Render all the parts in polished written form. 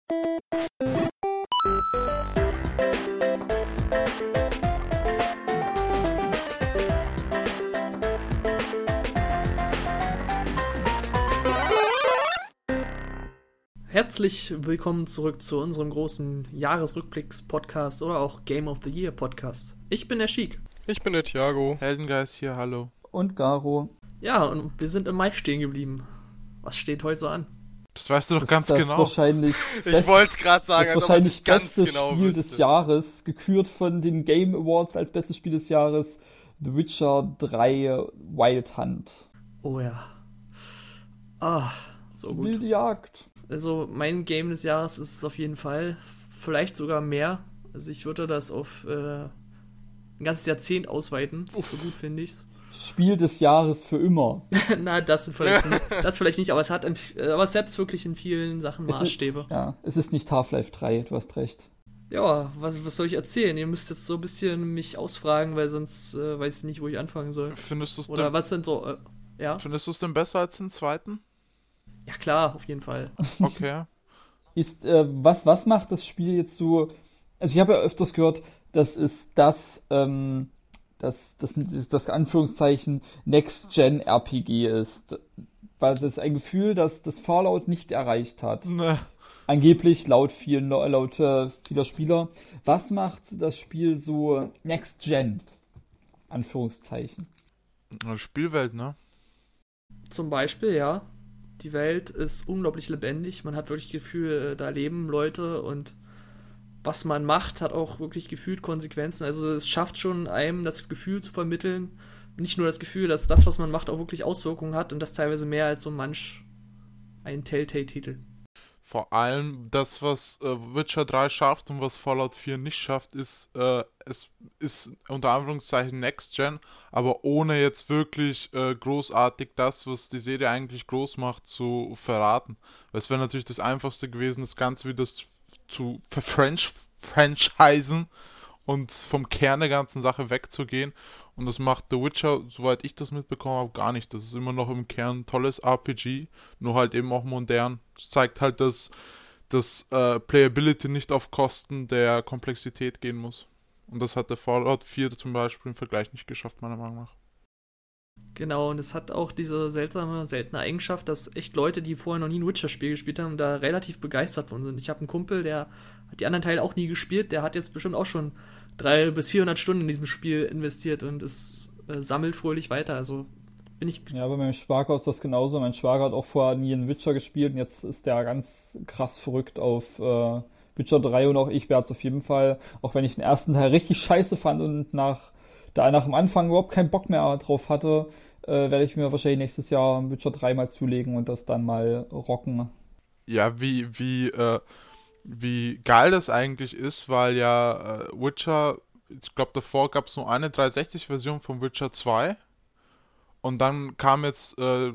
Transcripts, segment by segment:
Herzlich willkommen zurück zu unserem großen Jahresrückblicks-Podcast oder auch Game of the Year-Podcast. Ich bin der Chic. Ich bin der Thiago. Heldengeist hier, hallo. Und Garo. Ja, und wir sind im Mai stehen geblieben. Was steht heute so an? Das weißt du doch ganz genau. Wahrscheinlich ich wollte es gerade sagen, als ob ich nicht ganz genau Spiel wüsste. des Jahres, gekürt von den Game Awards als bestes Spiel des Jahres, The Witcher 3 Wild Hunt. Oh ja. So gut. Wilde Jagd. Also mein Game des Jahres ist es auf jeden Fall. Vielleicht sogar mehr. Also ich würde das auf ein ganzes Jahrzehnt ausweiten. So gut finde ich's. Spiel des Jahres für immer. Na, das vielleicht nicht, aber es setzt wirklich in vielen Sachen Maßstäbe. Es ist nicht Half-Life 3, du hast recht. Ja, was soll ich erzählen? Ihr müsst jetzt so ein bisschen mich ausfragen, weil sonst weiß ich nicht, wo ich anfangen soll. Findest du es Oder was sind so, ja? Findest du es denn besser als den zweiten? Ja klar, auf jeden Fall. Okay. Was macht das Spiel jetzt so? Also ich habe ja öfters gehört, dass es das Anführungszeichen Next-Gen-RPG ist. Weil das ist ein Gefühl, das Fallout nicht erreicht hat. Ne. Angeblich laut vieler Spieler. Was macht das Spiel so Next-Gen? Anführungszeichen. Spielwelt, ne? Zum Beispiel, ja. Die Welt ist unglaublich lebendig. Man hat wirklich das Gefühl, da leben Leute und was man macht, hat auch wirklich gefühlt Konsequenzen. Also es schafft schon einem das Gefühl zu vermitteln. Nicht nur das Gefühl, dass das, was man macht, auch wirklich Auswirkungen hat und das teilweise mehr als so manch ein Telltale-Titel. Vor allem das, was Witcher 3 schafft und was Fallout 4 nicht schafft, ist, es ist unter Anführungszeichen Next-Gen, aber ohne jetzt wirklich großartig das, was die Serie eigentlich groß macht, zu verraten. Weil es wäre natürlich das Einfachste gewesen, das Ganze wieder zu franchisen und vom Kern der ganzen Sache wegzugehen. Und das macht The Witcher, soweit ich das mitbekommen habe, gar nicht. Das ist immer noch im Kern ein tolles RPG, nur halt eben auch modern. Das zeigt halt, dass Playability nicht auf Kosten der Komplexität gehen muss. Und das hat der Fallout 4 zum Beispiel im Vergleich nicht geschafft, meiner Meinung nach. Genau, und es hat auch diese seltene Eigenschaft, dass echt Leute, die vorher noch nie ein Witcher-Spiel gespielt haben, da relativ begeistert von sind. Ich habe einen Kumpel, der hat die anderen Teile auch nie gespielt, der hat jetzt bestimmt auch schon 300 bis 400 Stunden in diesem Spiel investiert und es sammelt fröhlich weiter, also bin ich... Ja, bei meinem Schwager ist das genauso. Mein Schwager hat auch vorher nie einen Witcher gespielt und jetzt ist der ganz krass verrückt auf Witcher 3 und auch ich werde es auf jeden Fall, auch wenn ich den ersten Teil richtig scheiße fand und nach dem Anfang überhaupt keinen Bock mehr drauf hatte, werde ich mir wahrscheinlich nächstes Jahr Witcher 3 mal zulegen und das dann mal rocken. Ja, wie geil das eigentlich ist, weil ja Witcher, ich glaube davor gab es nur eine 360-Version von Witcher 2 und dann kam jetzt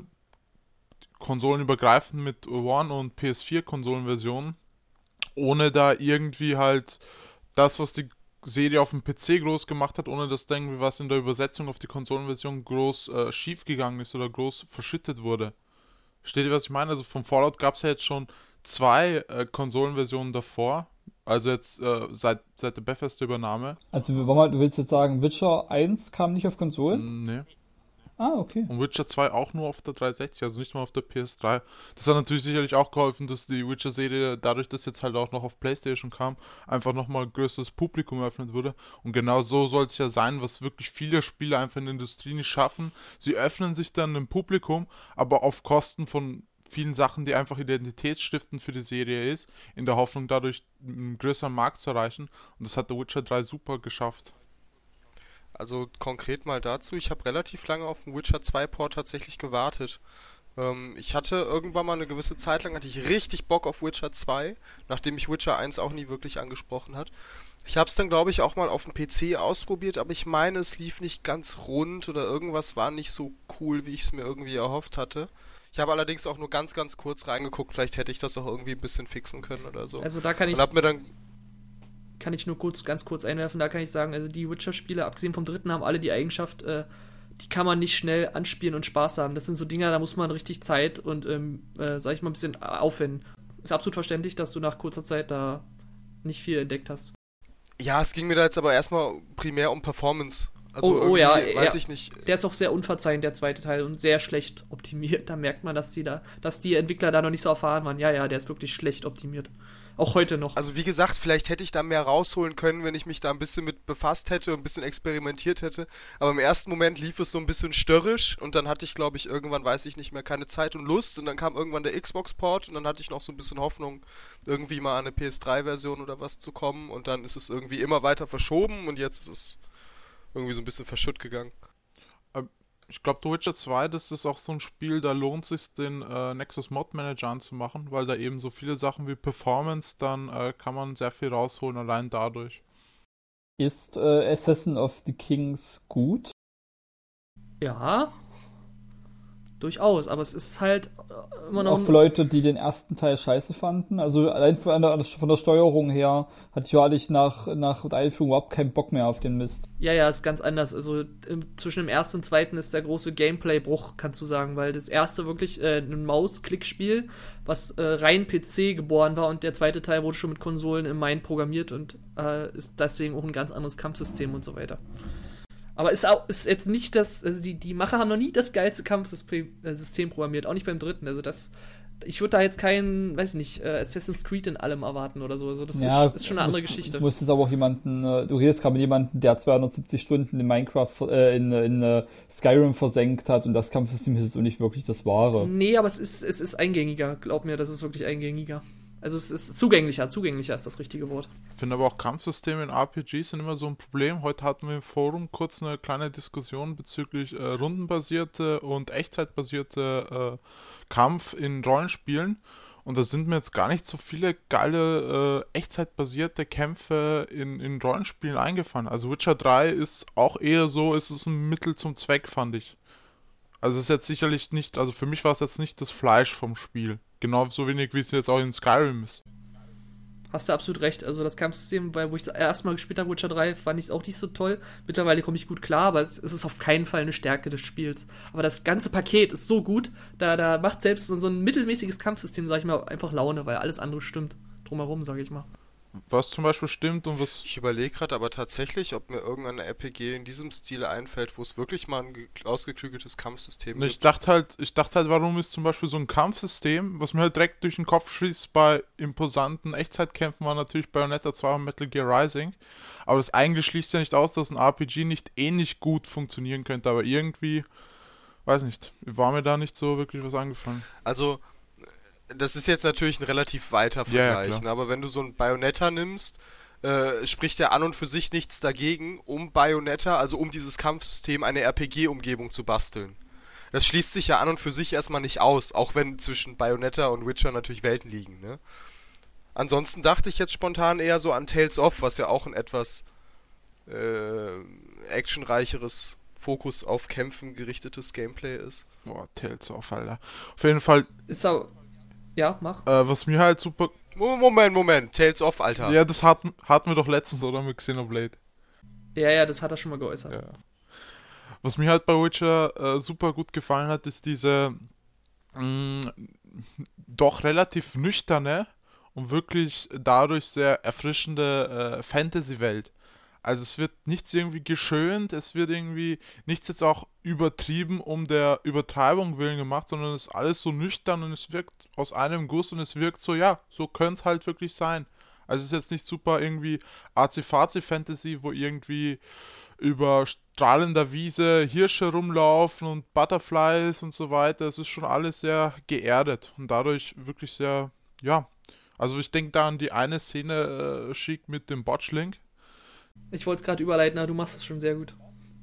konsolenübergreifend mit One- und PS4-Konsolenversionen, ohne da irgendwie halt das, was die Serie auf dem PC groß gemacht hat, ohne dass da irgendwie was in der Übersetzung auf die Konsolenversion groß schief gegangen ist oder groß verschüttet wurde. Versteht ihr, was ich meine? Also vom Fallout gab es ja jetzt schon 2 Konsolenversionen davor, also jetzt seit der Bethesda-Übernahme. Also du willst jetzt sagen, Witcher 1 kam nicht auf Konsolen? Nee. Ah, okay. Und Witcher 2 auch nur auf der 360, also nicht mal auf der PS3. Das hat natürlich sicherlich auch geholfen, dass die Witcher-Serie, dadurch, dass jetzt halt auch noch auf PlayStation kam, einfach nochmal ein größeres Publikum eröffnet wurde. Und genau so soll es ja sein, was wirklich viele Spieler einfach in der Industrie nicht schaffen. Sie öffnen sich dann dem Publikum, aber auf Kosten von vielen Sachen, die einfach identitätsstiftend für die Serie ist, in der Hoffnung dadurch einen größeren Markt zu erreichen. Und das hat The Witcher 3 super geschafft. Also konkret mal dazu, ich habe relativ lange auf den Witcher 2 Port tatsächlich gewartet. Ich hatte irgendwann mal eine gewisse Zeit lang, hatte ich richtig Bock auf Witcher 2, nachdem mich Witcher 1 auch nie wirklich angesprochen hat. Ich habe es dann, glaube ich, auch mal auf dem PC ausprobiert, aber ich meine, es lief nicht ganz rund oder irgendwas war nicht so cool, wie ich es mir irgendwie erhofft hatte. Ich habe allerdings auch nur ganz, ganz kurz reingeguckt, vielleicht hätte ich das auch irgendwie ein bisschen fixen können oder so. Also da kann ich... Und hab mir dann kann ich nur ganz kurz einwerfen, da kann ich sagen, also die Witcher-Spiele, abgesehen vom dritten, haben alle die Eigenschaft, die kann man nicht schnell anspielen und Spaß haben. Das sind so Dinger, da muss man richtig Zeit und, sag ich mal, ein bisschen aufwenden. ist absolut verständlich, dass du nach kurzer Zeit da nicht viel entdeckt hast. Ja, es ging mir da jetzt aber erstmal primär um Performance. Also Oh ja, weiß ich nicht. Der ist auch sehr unverzeihend, der zweite Teil, und sehr schlecht optimiert. Da merkt man, dass die Entwickler da noch nicht so erfahren waren. Ja, der ist wirklich schlecht optimiert. Auch heute noch. Also wie gesagt, vielleicht hätte ich da mehr rausholen können, wenn ich mich da ein bisschen mit befasst hätte und ein bisschen experimentiert hätte. Aber im ersten Moment lief es so ein bisschen störrisch und dann hatte ich, glaube ich, irgendwann, weiß ich nicht mehr, keine Zeit und Lust und dann kam irgendwann der Xbox-Port und dann hatte ich noch so ein bisschen Hoffnung, irgendwie mal an eine PS3-Version oder was zu kommen und dann ist es irgendwie immer weiter verschoben und jetzt ist es irgendwie so ein bisschen verschütt gegangen. Ich glaube, The Witcher 2, das ist auch so ein Spiel, da lohnt es sich, den Nexus Mod Manager anzumachen, weil da eben so viele Sachen wie Performance, dann kann man sehr viel rausholen, allein dadurch. Ist Assassin of the Kings gut? Ja, durchaus, aber es ist halt immer noch... Auch für Leute, die den ersten Teil scheiße fanden. Also allein von der Steuerung her hatte ich nach der Einführung überhaupt keinen Bock mehr auf den Mist. Ja, ist ganz anders. Also zwischen dem ersten und zweiten ist der große Gameplay-Bruch, kannst du sagen, weil das erste wirklich ein Mausklickspiel, was rein PC geboren war, und der zweite Teil wurde schon mit Konsolen im Main programmiert und ist deswegen auch ein ganz anderes Kampfsystem und so weiter. Aber ist jetzt nicht also die Macher haben noch nie das geilste Kampfsystem programmiert, auch nicht beim dritten. Also ich würde da jetzt keinen, weiß ich nicht, Assassin's Creed in allem erwarten oder so. Also das ist schon eine andere Geschichte. Du musst jetzt aber auch du redest gerade mit jemandem, der 270 Stunden in Minecraft, in Skyrim versenkt hat, und das Kampfsystem ist jetzt auch nicht wirklich das Wahre. Nee, aber es ist eingängiger, glaub mir, das ist wirklich eingängiger. Also es ist zugänglicher ist das richtige Wort. Ich finde aber auch Kampfsysteme in RPGs sind immer so ein Problem. Heute hatten wir im Forum kurz eine kleine Diskussion bezüglich rundenbasierte und echtzeitbasierte Kampf in Rollenspielen. Und da sind mir jetzt gar nicht so viele geile echtzeitbasierte Kämpfe in Rollenspielen eingefallen. Also Witcher 3 ist auch eher so, es ist ein Mittel zum Zweck, fand ich. Also es ist jetzt sicherlich nicht, also für mich war es jetzt nicht das Fleisch vom Spiel. Genauso wenig, wie es jetzt auch in Skyrim ist. Hast du absolut recht. Also das Kampfsystem, wo ich erstmal gespielt habe, Witcher 3, fand ich es auch nicht so toll. Mittlerweile komme ich gut klar, aber es ist auf keinen Fall eine Stärke des Spiels. Aber das ganze Paket ist so gut, da macht selbst so ein mittelmäßiges Kampfsystem, sag ich mal, einfach Laune, weil alles andere stimmt. Drumherum, sag ich mal. Was zum Beispiel stimmt und was... Ich überlege gerade aber tatsächlich, ob mir irgendeine RPG in diesem Stil einfällt, wo es wirklich mal ein ausgeklügeltes Kampfsystem gibt. Ich dachte halt, warum ist zum Beispiel so ein Kampfsystem, was mir halt direkt durch den Kopf schießt bei imposanten Echtzeitkämpfen, war natürlich Bayonetta 2 und Metal Gear Rising. Aber das eigentlich schließt ja nicht aus, dass ein RPG nicht ähnlich gut funktionieren könnte, aber irgendwie, weiß nicht, war mir da nicht so wirklich was eingefallen. Also, das ist jetzt natürlich ein relativ weiter Vergleich, ja, aber wenn du so ein Bayonetta nimmst, spricht ja an und für sich nichts dagegen, um Bayonetta, also um dieses Kampfsystem, eine RPG-Umgebung zu basteln. Das schließt sich ja an und für sich erstmal nicht aus, auch wenn zwischen Bayonetta und Witcher natürlich Welten liegen, ne? Ansonsten dachte ich jetzt spontan eher so an Tales of, was ja auch ein etwas actionreicheres, Fokus auf Kämpfen gerichtetes Gameplay ist. Boah, Tales of, Alter. Auf jeden Fall... Ist aber... Ja, mach. Was mir halt super... Moment. Tales of, Alter. Ja, das hatten wir doch letztens, oder? Mit Xenoblade. Ja, das hat er schon mal geäußert. Ja. Was mir halt bei Witcher super gut gefallen hat, ist diese doch relativ nüchterne und wirklich dadurch sehr erfrischende Fantasy-Welt. Also es wird nichts irgendwie geschönt, es wird irgendwie nichts jetzt auch übertrieben um der Übertreibung willen gemacht, sondern es ist alles so nüchtern und es wirkt aus einem Guss und es wirkt so, ja, so könnte es halt wirklich sein. Also es ist jetzt nicht super irgendwie Arzi-Fazi-Fantasy, wo irgendwie über strahlender Wiese Hirsche rumlaufen und Butterflies und so weiter. Es ist schon alles sehr geerdet und dadurch wirklich sehr, ja. Also ich denke da an die eine Szene schick mit dem Botchlink. Ich wollte es gerade überleiten, aber du machst es schon sehr gut.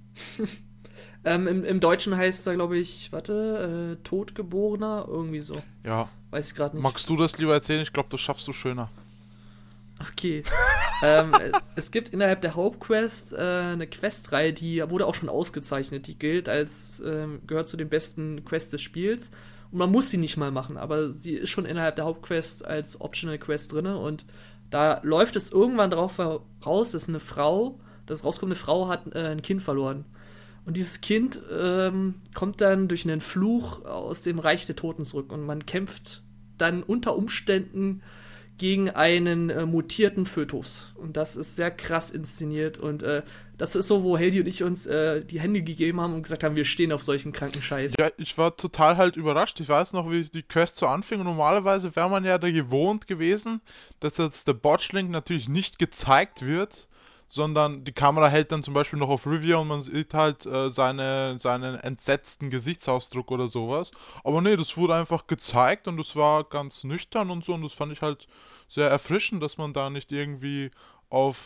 Im Deutschen heißt er, glaube ich, Totgeborener, irgendwie so. Ja. Weiß ich gerade nicht. Magst du das lieber erzählen? Ich glaube, das schaffst du schöner. Okay. Es gibt innerhalb der Hauptquest eine Questreihe, die wurde auch schon ausgezeichnet. Die gilt als, gehört zu den besten Quests des Spiels. Und man muss sie nicht mal machen, aber sie ist schon innerhalb der Hauptquest als Optional Quest drin. Und da läuft es irgendwann darauf raus, dass eine Frau hat ein Kind verloren. Und dieses Kind kommt dann durch einen Fluch aus dem Reich der Toten zurück. Und man kämpft dann unter Umständen gegen einen mutierten Fötus. Und das ist sehr krass inszeniert. Und das ist so, wo Heldi und ich uns die Hände gegeben haben und gesagt haben, wir stehen auf solchen kranken Scheiß. Ja, ich war total halt überrascht. Ich weiß noch, wie die Quest so anfing. Und normalerweise wäre man ja da gewohnt gewesen, dass jetzt der Botchlink natürlich nicht gezeigt wird, sondern die Kamera hält dann zum Beispiel noch auf Review und man sieht halt seinen entsetzten Gesichtsausdruck oder sowas. Aber nee, das wurde einfach gezeigt und es war ganz nüchtern und so und das fand ich halt sehr erfrischend, dass man da nicht irgendwie auf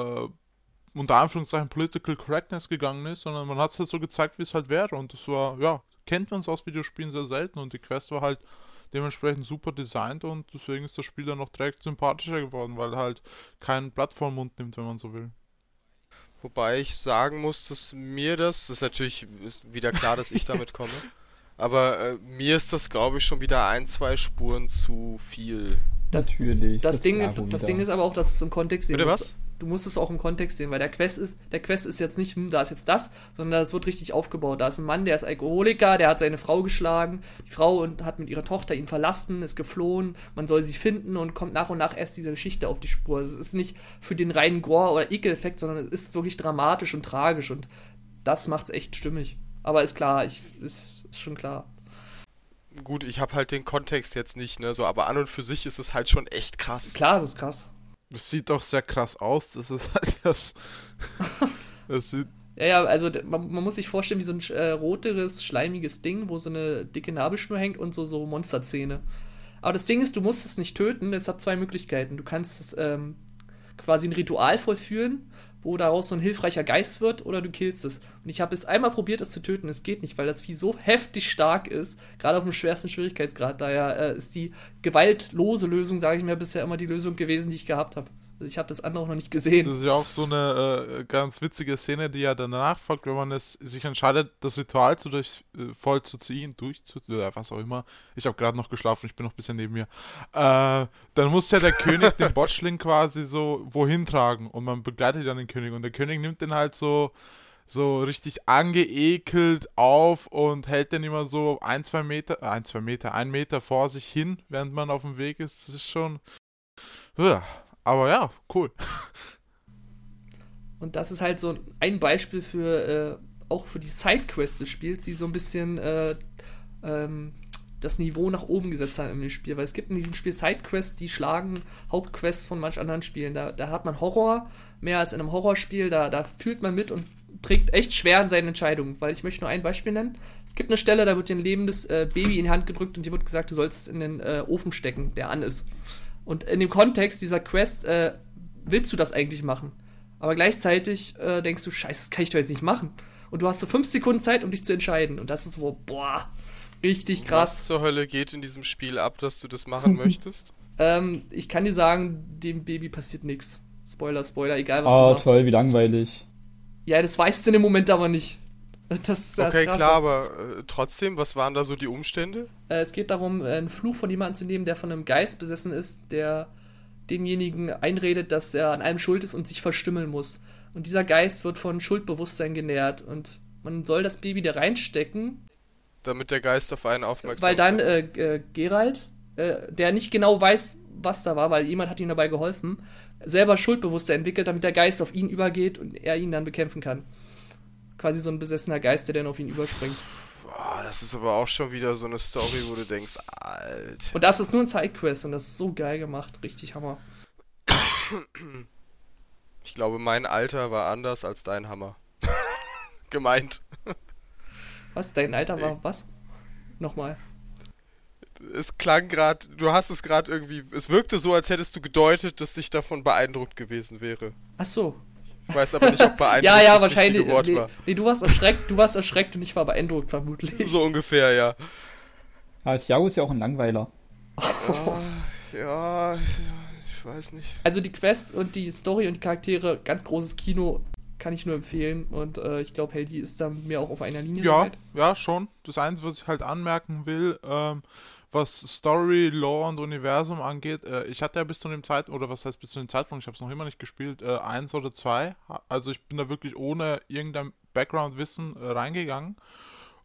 unter Anführungszeichen Political Correctness gegangen ist, sondern man hat es halt so gezeigt, wie es halt wäre und das war, ja, kennt man es aus Videospielen sehr selten und die Quest war halt dementsprechend super designt und deswegen ist das Spiel dann noch direkt sympathischer geworden, weil halt kein Blatt vor den Mund nimmt, wenn man so will. Wobei ich sagen muss, dass das ist natürlich wieder klar, dass ich damit komme, aber mir ist das, glaube ich, schon wieder 1, 2 Spuren zu viel. Natürlich. Das Ding ist aber auch, dass es im Kontext sehen Bitte muss. was? Du musst es auch im Kontext sehen, weil der Quest ist jetzt nicht, da ist jetzt das, sondern es wird richtig aufgebaut. Da ist ein Mann, der ist Alkoholiker, der hat seine Frau geschlagen, die Frau hat mit ihrer Tochter ihn verlassen, ist geflohen, man soll sie finden und kommt nach und nach erst diese Geschichte auf die Spur. Es ist nicht für den reinen Gore- oder Ekel-Effekt, sondern es ist wirklich dramatisch und tragisch und das macht's echt stimmig. Aber ist klar, ist schon klar. Gut, ich habe halt den Kontext jetzt nicht, ne, so, aber an und für sich ist es halt schon echt krass. Klar, es ist krass. Das sieht doch sehr krass aus, das ist halt das sieht... Ja, also man muss sich vorstellen, wie so ein roteres, schleimiges Ding, wo so eine dicke Nabelschnur hängt und so Monsterzähne. Aber das Ding ist, du musst es nicht töten, es hat 2 Möglichkeiten. Du kannst es quasi ein Ritual vollführen, wo daraus so ein hilfreicher Geist wird, oder du killst es. Und ich habe es einmal probiert, es zu töten, es geht nicht, weil das Vieh so heftig stark ist, gerade auf dem schwersten Schwierigkeitsgrad. Daher ist die gewaltlose Lösung, sage ich mir, bisher immer die Lösung gewesen, die ich gehabt habe. Also ich habe das andere auch noch nicht gesehen. Das ist ja auch so eine ganz witzige Szene, die ja danach folgt, wenn man sich entscheidet, das Ritual vollzuziehen, was auch immer. Ich habe gerade noch geschlafen, ich bin noch ein bisschen neben mir. Dann muss ja der König den Botchling quasi so wohin tragen und man begleitet dann den König und der König nimmt den halt so richtig angeekelt auf und hält den immer so 1 Meter vor sich hin, während man auf dem Weg ist. Das ist schon... Aber ja, cool. Und das ist halt so ein Beispiel für auch für die Sidequests des Spiels, die so ein bisschen das Niveau nach oben gesetzt haben in dem Spiel. Weil es gibt in diesem Spiel Sidequests, die schlagen Hauptquests von manch anderen Spielen. Da hat man Horror, mehr als in einem Horrorspiel. Da fühlt man mit und trägt echt schwer an seinen Entscheidungen. Weil ich möchte nur ein Beispiel nennen. Es gibt eine Stelle, da wird dir ein lebendes Baby in die Hand gedrückt und dir wird gesagt, du sollst es in den Ofen stecken, der an ist. Und in dem Kontext dieser Quest willst du das eigentlich machen. Aber gleichzeitig denkst du, scheiße, das kann ich doch jetzt nicht machen. Und du hast so 5 Sekunden Zeit, um dich zu entscheiden. Und das ist so, boah, richtig krass. Was zur Hölle geht in diesem Spiel ab, dass du das machen möchtest? Ich kann dir sagen, dem Baby passiert nichts. Spoiler, egal was du machst. Toll, wie langweilig. Ja, das weißt du in dem Moment aber nicht. Das ist okay, krass. klar, aber trotzdem, was waren da so die Umstände? Es geht darum, einen Fluch von jemandem zu nehmen, der von einem Geist besessen ist, der demjenigen einredet, dass er an allem schuld ist und sich verstümmeln muss. Und dieser Geist wird von Schuldbewusstsein genährt und man soll das Baby da reinstecken. Damit der Geist auf einen aufmerksam weil dann Geralt, der nicht genau weiß, was da war, weil jemand hat ihm dabei geholfen, selber Schuldbewusstsein entwickelt, damit der Geist auf ihn übergeht und er ihn dann bekämpfen kann. Quasi so ein besessener Geist, der dann auf ihn überspringt. Boah, das ist aber auch schon wieder so eine Story, wo du denkst, Alter. Und das ist nur ein Sidequest und das ist so geil gemacht. Richtig Hammer. Ich glaube, mein Alter war anders als dein Hammer. Gemeint. Was? Dein Alter war was? Nochmal. Es klang gerade, du hast es gerade irgendwie, es wirkte so, als hättest du gedeutet, dass ich davon beeindruckt gewesen wäre. Ach so. Ich weiß aber nicht, ob beeindruckt ja, das wahrscheinlich. richtige Wort war. Nee, du warst erschreckt und ich war beeindruckt, vermutlich. So ungefähr, ja. Thiago ist ja auch ein Langweiler. Ja, ich weiß nicht. Also die Quest und die Story und die Charaktere, ganz großes Kino, kann ich nur empfehlen. Und ich glaube, Heldi ist da mit mir auch auf einer Linie. Ja, schon. Das Einzige, was ich halt anmerken will, was Story, Lore und Universum angeht, ich hatte ja bis zu dem Zeitpunkt, oder was heißt bis zu dem Zeitpunkt, ich habe es noch immer nicht gespielt, 1 oder 2. Also ich bin da wirklich ohne irgendein Background-Wissen reingegangen.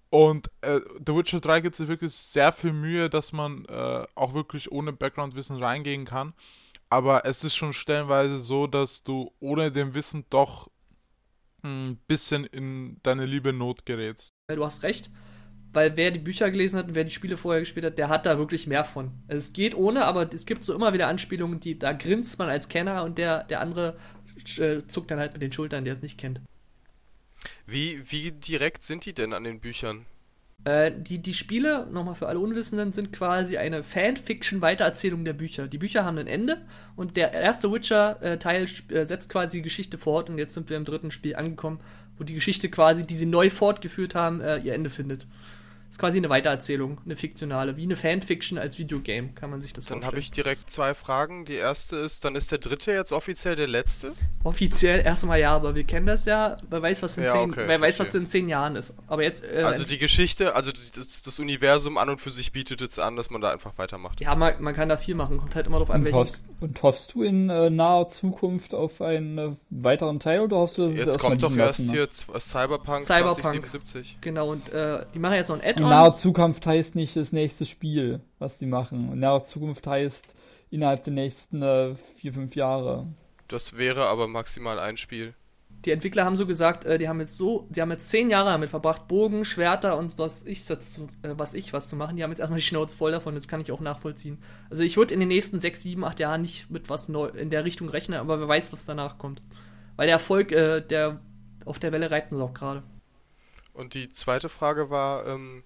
Und The Witcher 3 gibt sich wirklich sehr viel Mühe, dass man auch wirklich ohne Background-Wissen reingehen kann. Aber es ist schon stellenweise so, dass du ohne dem Wissen doch ein bisschen in deine liebe Not gerätst. Du hast recht, weil wer die Bücher gelesen hat und wer die Spiele vorher gespielt hat, der hat da wirklich mehr von. Also es geht ohne, aber es gibt so immer wieder Anspielungen, da grinst man als Kenner und der andere zuckt dann halt mit den Schultern, der es nicht kennt. Wie direkt sind die denn an den Büchern? Die Spiele, nochmal für alle Unwissenden, sind quasi eine Fanfiction-Weitererzählung der Bücher. Die Bücher haben ein Ende und der erste Witcher-Teil setzt quasi die Geschichte fort und jetzt sind wir im dritten Spiel angekommen, wo die Geschichte quasi, die sie neu fortgeführt haben, ihr Ende findet. Ist quasi eine Weitererzählung, eine fiktionale, wie eine Fanfiction als Videogame, kann man sich das vorstellen. Dann habe ich direkt 2 Fragen. Die erste ist, dann ist der dritte jetzt offiziell der letzte? Offiziell erstmal ja, aber wir kennen das ja. Wer weiß, was in, Ja, was in 10 Jahren ist. Aber jetzt. Also die Geschichte, also das Universum an und für sich bietet jetzt an, dass man da einfach weitermacht. Ja, man kann da viel machen. Kommt halt immer drauf an, welchen. Und hoffst du in naher Zukunft auf einen weiteren Teil oder hoffst du, dass Jetzt kommt doch erst hier Cyberpunk 2077. Genau, und die machen jetzt noch ein Add-on. In naher Zukunft heißt nicht das nächste Spiel, was die machen. In naher Zukunft heißt innerhalb der nächsten 4-5 Jahre. Das wäre aber maximal ein Spiel. Die Entwickler haben so gesagt, die haben jetzt 10 Jahre damit verbracht, Bogen, Schwerter und was zu machen. Die haben jetzt erstmal die Schnauze voll davon, das kann ich auch nachvollziehen. Also ich würde in den nächsten 6, 7, 8 Jahren nicht mit was neu in der Richtung rechnen, aber wer weiß, was danach kommt. Weil der Erfolg, der auf der Welle reiten sie auch gerade. Und die zweite Frage war,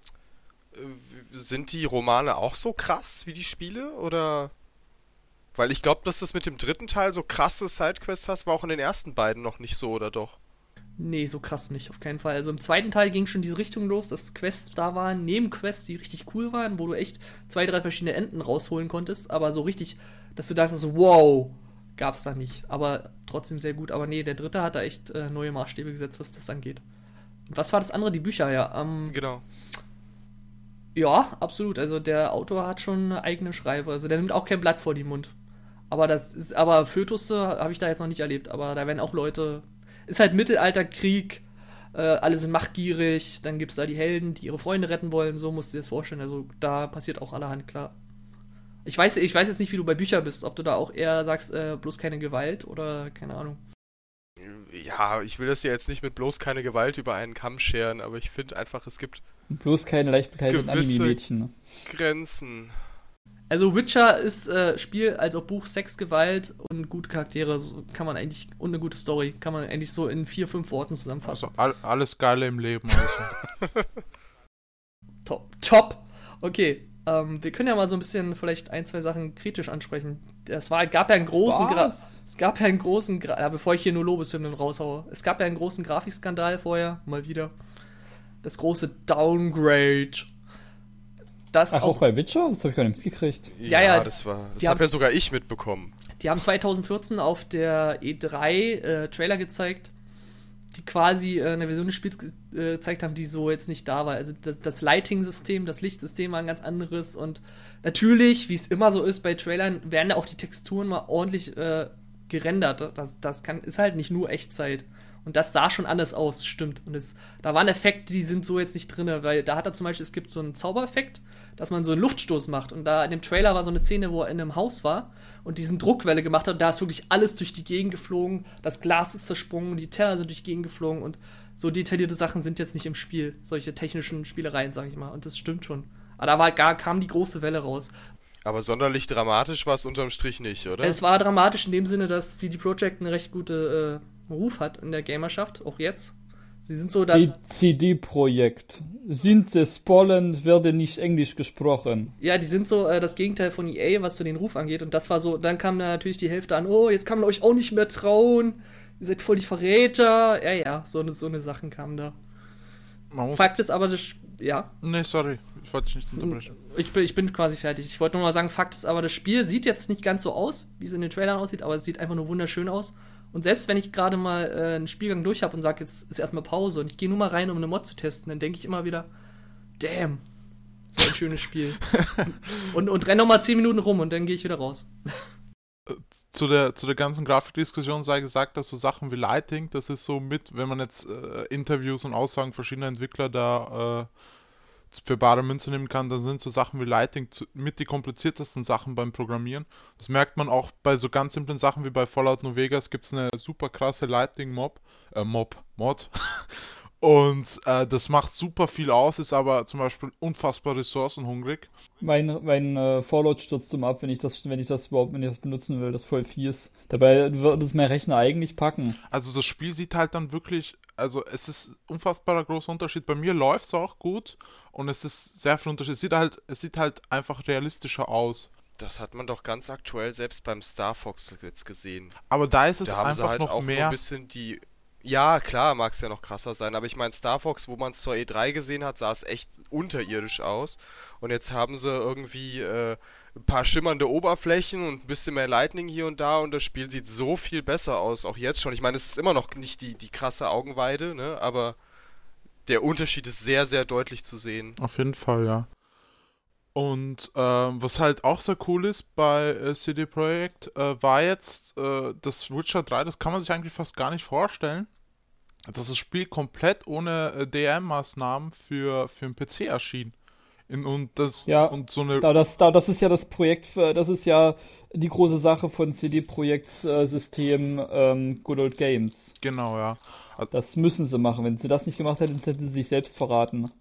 sind die Romane auch so krass wie die Spiele, oder? Weil ich glaube, dass das mit dem dritten Teil so krasse Sidequests hast, war auch in den ersten beiden noch nicht so, oder doch? Nee, so krass nicht, auf keinen Fall. Also im zweiten Teil ging schon diese Richtung los, dass Quests da waren, Nebenquests, die richtig cool waren, wo du echt 2, 3 verschiedene Enden rausholen konntest, aber so richtig, dass du dachtest so, wow, gab's da nicht. Aber trotzdem sehr gut. Aber nee, der dritte hat da echt neue Maßstäbe gesetzt, was das angeht. Und was war das andere? Die Bücher, ja. Genau. Ja, absolut. Also der Autor hat schon eine eigene Schreibe. Also der nimmt auch kein Blatt vor den Mund. Aber Fötusse habe ich da jetzt noch nicht erlebt. Aber da werden auch Leute. Ist halt Mittelalterkrieg. Alle sind machtgierig. Dann gibt es da die Helden, die ihre Freunde retten wollen. So musst du dir das vorstellen. Also da passiert auch allerhand, klar. Ich weiß jetzt nicht, wie du bei Büchern bist. Ob du da auch eher sagst, bloß keine Gewalt oder keine Ahnung. Ja, ich will das ja jetzt nicht mit bloß keine Gewalt über einen Kamm scheren, aber ich finde einfach, es gibt bloß keine leicht bekleideten Anime-Mädchen. Grenzen. Also Witcher ist Spiel als auch Buch, Sex, Gewalt und gute Charaktere, so kann man eigentlich, und eine gute Story, kann man eigentlich so in 4, 5 Worten zusammenfassen. Also alles Geile im Leben. Also. Top. Okay, wir können ja mal so ein bisschen vielleicht 1, 2 Sachen kritisch ansprechen. Gab ja einen großen bevor ich hier nur Lobeshymnen raushaue, es gab ja einen großen Grafikskandal vorher, mal wieder. Das große Downgrade. Auch bei Witcher? Das habe ich gar nicht mitgekriegt. Ja, das habe ja sogar ich mitbekommen. Die haben 2014 auf der E3 Trailer gezeigt, die quasi eine Version des Spiels gezeigt haben, die so jetzt nicht da war. Also das Lighting-System, das Lichtsystem war ein ganz anderes und natürlich, wie es immer so ist bei Trailern, werden da auch die Texturen mal ordentlich gerendert. Das ist halt nicht nur Echtzeit. Und das sah schon anders aus, stimmt. Und da waren Effekte, die sind so jetzt nicht drin, weil da hat er zum Beispiel, es gibt so einen Zaubereffekt, dass man so einen Luftstoß macht. Und da in dem Trailer war so eine Szene, wo er in einem Haus war und diesen Druckwelle gemacht hat. Und da ist wirklich alles durch die Gegend geflogen. Das Glas ist zersprungen, die Teller sind durch die Gegend geflogen. Und so detaillierte Sachen sind jetzt nicht im Spiel. Solche technischen Spielereien, sag ich mal. Und das stimmt schon. Aber kam die große Welle raus. Aber sonderlich dramatisch war es unterm Strich nicht, oder? Es war dramatisch in dem Sinne, dass CD Projekt eine recht gute Ruf hat in der Gamerschaft, auch jetzt. Sie sind so, dass... Die CD-Projekt. Sind es Polen, werde nicht Englisch gesprochen. Ja, die sind so das Gegenteil von EA, was so den Ruf angeht. Und das war so, dann kam da natürlich die Hälfte an, oh, jetzt kann man euch auch nicht mehr trauen. Ihr seid voll die Verräter. Ja, so eine Sachen kamen da. Fakt ist aber, ja. Nee, sorry, ich wollte dich nicht unterbrechen. Ich bin quasi fertig. Ich wollte nur mal sagen, Fakt ist aber, das Spiel sieht jetzt nicht ganz so aus, wie es in den Trailern aussieht, aber es sieht einfach nur wunderschön aus. Und selbst wenn ich gerade mal einen Spielgang durch habe und sage, jetzt ist erstmal Pause und ich gehe nur mal rein, um eine Mod zu testen, dann denke ich immer wieder, damn, so ein schönes Spiel. und renne nochmal 10 Minuten rum und dann gehe ich wieder raus. Zu der ganzen Grafikdiskussion sei gesagt, dass so Sachen wie Lighting, das ist so wenn man jetzt Interviews und Aussagen verschiedener Entwickler da für bare Münze nehmen kann, dann sind so Sachen wie Lighting mit die kompliziertesten Sachen beim Programmieren. Das merkt man auch bei so ganz simplen Sachen wie bei Fallout New Vegas gibt es eine super krasse Lighting-Mod. Und das macht super viel aus, ist aber zum Beispiel unfassbar ressourcenhungrig. Mein Fallout stürzt immer ab, wenn ich das benutzen will, das voll fies. Dabei würde es mein Rechner eigentlich packen. Also das Spiel sieht halt dann wirklich, also es ist unfassbarer großer Unterschied. Bei mir läuft es auch gut und es ist sehr viel Unterschied. Es sieht halt einfach realistischer aus. Das hat man doch ganz aktuell selbst beim Star Fox jetzt gesehen. Aber da ist es Da haben sie einfach halt noch auch nur ein mehr. bisschen die. Ja, klar, mag es ja noch krasser sein, aber ich meine, Star Fox, wo man es zur E3 gesehen hat, sah es echt unterirdisch aus. Und jetzt haben sie irgendwie ein paar schimmernde Oberflächen und ein bisschen mehr Lightning hier und da und das Spiel sieht so viel besser aus, auch jetzt schon. Ich meine, es ist immer noch nicht die krasse Augenweide, ne, aber der Unterschied ist sehr, sehr deutlich zu sehen. Auf jeden Fall, ja. Und was halt auch sehr cool ist bei CD Projekt, war jetzt das Witcher 3, das kann man sich eigentlich fast gar nicht vorstellen, dass das Spiel komplett ohne DRM-Maßnahmen für den PC erschien. Ja, Und so eine. das ist ja das Projekt, das ist ja die große Sache von CD Projekts System Good Old Games. Genau, ja. Das müssen sie machen. Wenn sie das nicht gemacht hätten, hätten sie sich selbst verraten.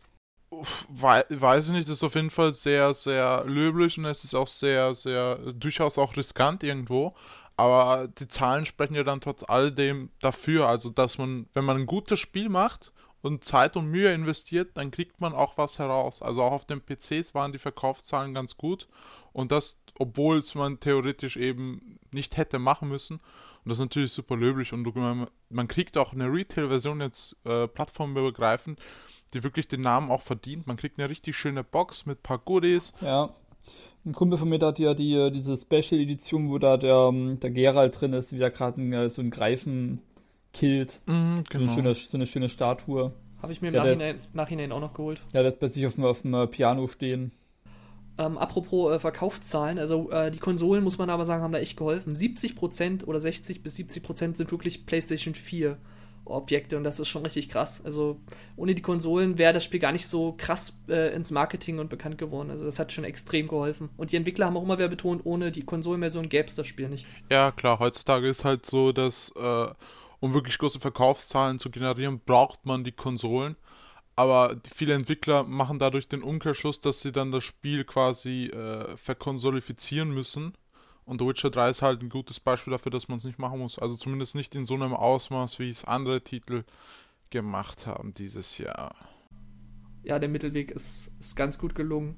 Weiß ich nicht, das ist auf jeden Fall sehr, sehr löblich und es ist auch sehr, sehr, durchaus auch riskant irgendwo. Aber die Zahlen sprechen ja dann trotz alledem dafür, also dass man, wenn man ein gutes Spiel macht und Zeit und Mühe investiert, dann kriegt man auch was heraus. Also auch auf den PCs waren die Verkaufszahlen ganz gut und das, obwohl es man theoretisch eben nicht hätte machen müssen. Und das ist natürlich super löblich und man kriegt auch eine Retail-Version jetzt plattformübergreifend, die wirklich den Namen auch verdient. Man kriegt eine richtig schöne Box mit ein paar Goodies. Ja. Ein Kumpel von mir der hat ja diese Special-Edition, wo da der Geralt drin ist, wie der gerade so einen Greifen killt. Genau. So eine schöne Statue. Habe ich mir im Ja, Nachhinein auch noch geholt. Ja, das bei sich auf dem Piano stehen. Apropos Verkaufszahlen, also die Konsolen, muss man aber sagen, haben da echt geholfen. 70% oder 60-70% sind wirklich PlayStation 4 Objekte und das ist schon richtig krass. Also ohne die Konsolen wäre das Spiel gar nicht so krass ins Marketing und bekannt geworden. Also das hat schon extrem geholfen. Und die Entwickler haben auch immer wieder betont, ohne die Konsolenversion gäbe es das Spiel nicht. Ja, klar, heutzutage ist halt so, dass um wirklich große Verkaufszahlen zu generieren, braucht man die Konsolen. Aber viele Entwickler machen dadurch den Umkehrschluss, dass sie dann das Spiel quasi verkonsolifizieren müssen. Und The Witcher 3 ist halt ein gutes Beispiel dafür, dass man es nicht machen muss. Also zumindest nicht in so einem Ausmaß, wie es andere Titel gemacht haben dieses Jahr. Ja, der Mittelweg ist ganz gut gelungen.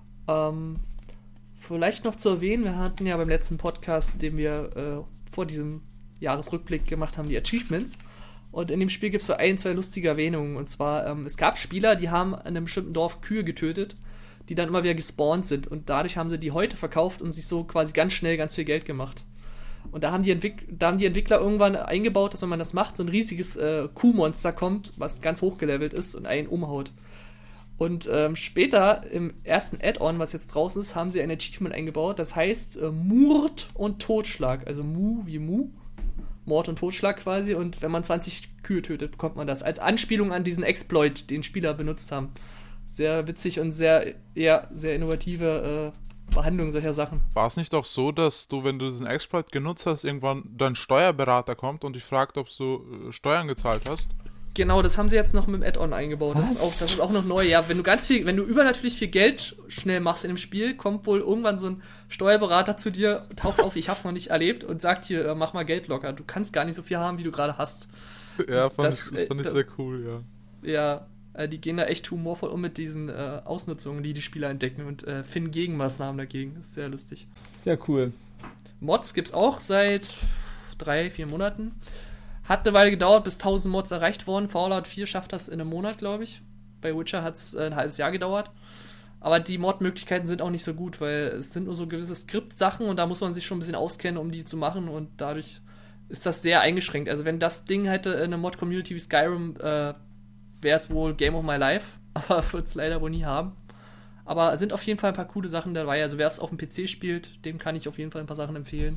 Vielleicht noch zu erwähnen, wir hatten ja beim letzten Podcast, den wir vor diesem Jahresrückblick gemacht haben, die Achievements. Und in dem Spiel gibt es so ein, zwei lustige Erwähnungen. Und zwar, es gab Spieler, die haben in einem bestimmten Dorf Kühe getötet, die dann immer wieder gespawnt sind. Und dadurch haben sie die Häute verkauft und sich so quasi ganz schnell ganz viel Geld gemacht. Und da haben die Entwickler irgendwann eingebaut, dass wenn man das macht, so ein riesiges Kuhmonster kommt, was ganz hochgelevelt ist und einen umhaut. Und später, im ersten Add-on, was jetzt draußen ist, haben sie ein Achievement eingebaut, das heißt Mord und Totschlag. Also Mu wie Mu, Mord und Totschlag quasi. Und wenn man 20 Kühe tötet, bekommt man das. Als Anspielung an diesen Exploit, den Spieler benutzt haben. Sehr witzig und sehr innovative Behandlung solcher Sachen. War es nicht auch so, dass du, wenn du diesen Exploit genutzt hast, irgendwann dein Steuerberater kommt und dich fragt, ob du Steuern gezahlt hast? Genau, das haben sie jetzt noch mit dem Add-on eingebaut. Das ist auch noch neu. Ja, wenn du übernatürlich viel Geld schnell machst in dem Spiel, kommt wohl irgendwann so ein Steuerberater zu dir, taucht auf, ich hab's noch nicht erlebt und sagt hier, mach mal Geld locker. Du kannst gar nicht so viel haben, wie du gerade hast. Ja, fand ich sehr cool, ja. Ja, die gehen da echt humorvoll um mit diesen Ausnutzungen, die Spieler entdecken und finden Gegenmaßnahmen dagegen. Das ist sehr lustig. Sehr cool. Mods gibt's auch seit 3-4 Monaten. Hat eine Weile gedauert, bis 1000 Mods erreicht wurden. Fallout 4 schafft das in einem Monat, glaube ich. Bei Witcher hat es ein halbes Jahr gedauert. Aber die Mod-Möglichkeiten sind auch nicht so gut, weil es sind nur so gewisse Skript-Sachen und da muss man sich schon ein bisschen auskennen, um die zu machen und dadurch ist das sehr eingeschränkt. Also wenn das Ding hätte eine Mod-Community wie Skyrim, wäre es wohl Game of My Life, aber wird es leider wohl nie haben. Aber es sind auf jeden Fall ein paar coole Sachen dabei. Also wer es auf dem PC spielt, dem kann ich auf jeden Fall ein paar Sachen empfehlen.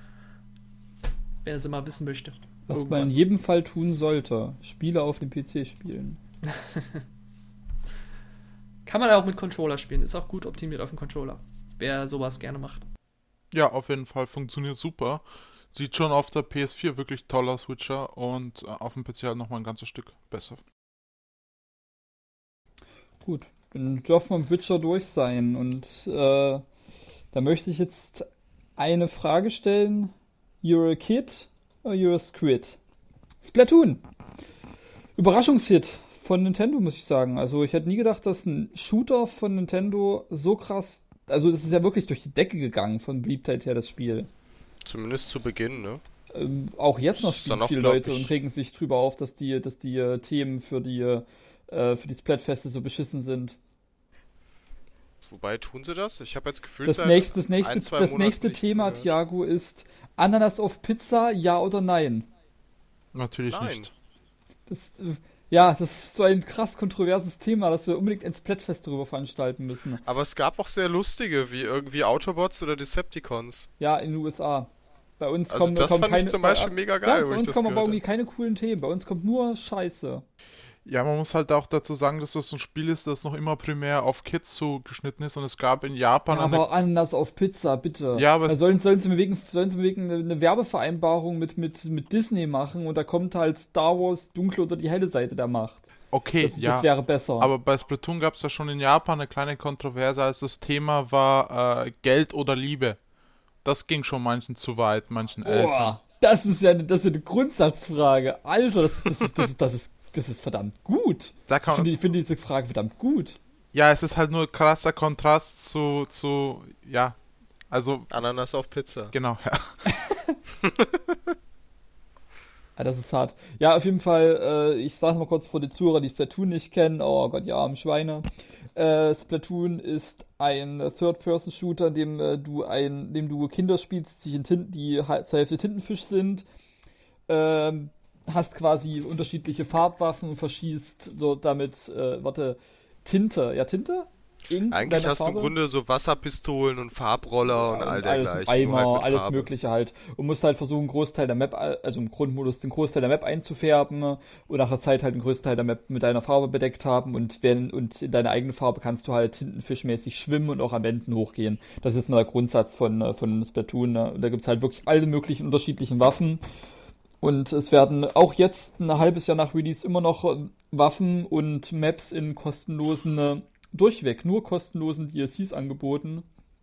Wer es immer wissen möchte. Was man in jedem Fall tun sollte, Spiele auf dem PC spielen. Kann man auch mit Controller spielen, ist auch gut optimiert auf dem Controller, wer sowas gerne macht. Ja, auf jeden Fall funktioniert super. Sieht schon auf der PS4 wirklich toll aus, Witcher, und auf dem PC halt nochmal ein ganzes Stück besser. Gut, dann dürfen wir mit Witcher durch sein. Und da möchte ich jetzt eine Frage stellen. You're a kid or you're a squid? Splatoon. Überraschungshit von Nintendo, muss ich sagen. Also ich hätte nie gedacht, dass ein Shooter von Nintendo so krass... Also das ist ja wirklich durch die Decke gegangen von Beliebtheit her, das Spiel. Zumindest zu Beginn, ne? Auch jetzt noch spielen viele Leute unglaublich. und regen sich drüber auf, dass die Themen für die Splatfeste so beschissen sind. Wobei tun sie das? Ich habe jetzt gefühlt Das seit nächste Monaten nichts Thema, mehr gehört. Thiago, ist Ananas auf Pizza, ja oder nein? Natürlich Nein. nicht. Das ist so ein krass kontroverses Thema, dass wir unbedingt ein Splatfest darüber veranstalten müssen. Aber es gab auch sehr lustige, wie irgendwie Autobots oder Decepticons. Ja, in den USA. Bei uns Also das fand ich zum Beispiel mega geil, bei wo ich uns das kommen aber gehört irgendwie keine coolen Themen. Bei uns kommt nur Scheiße. Ja, man muss halt auch dazu sagen, dass das ein Spiel ist, das noch immer primär auf Kids zugeschnitten ist, und es gab in Japan Ja, aber Ananas auf Pizza, bitte. Ja, aber da sollen sie mir wegen eine Werbevereinbarung mit Disney machen und da kommt halt Star Wars dunkle oder die helle Seite der Macht. okay, Das wäre besser. aber bei Splatoon gab es ja schon in Japan eine kleine Kontroverse, als das Thema war Geld oder Liebe. Das ging schon manchen zu weit, manchen Eltern. Boah, das ist ja eine Grundsatzfrage. Alter, das ist verdammt gut. Da kann Ich finde diese Frage verdammt gut. Ja, es ist halt nur krasser Kontrast ja, also, Ananas auf Pizza. genau, ja. Ja, das ist hart. Ja, auf jeden Fall, ich sage mal kurz vor die Zuhörer, die Splatoon nicht kennen. Oh Gott, ja, armen Schweine. Splatoon ist ein Third-Person-Shooter, in dem du Kinder spielst, die zur Hälfte Tintenfisch sind. Hast quasi unterschiedliche Farbwaffen, verschießt dort damit, Tinte. Ja, Tinte? Ink, Eigentlich hast du im Farbe? Grunde so Wasserpistolen und Farbroller und all dergleichen. Eimer, nur halt mit alles Farbe. Mögliche halt. Und musst halt versuchen, einen Großteil der Map, also im Grundmodus, den Großteil der Map einzufärben und nach der Zeit halt den größten Teil der Map mit deiner Farbe bedeckt haben und in deine eigene Farbe kannst du halt tintenfischmäßig schwimmen und auch an Wänden hochgehen. Das ist jetzt mal der Grundsatz von Splatoon. Ne? Und da gibt's halt wirklich alle möglichen unterschiedlichen Waffen. Und es werden auch jetzt, ein halbes Jahr nach Release, immer noch Waffen und Maps in kostenlosen, durchweg nur kostenlosen DLCs angeboten.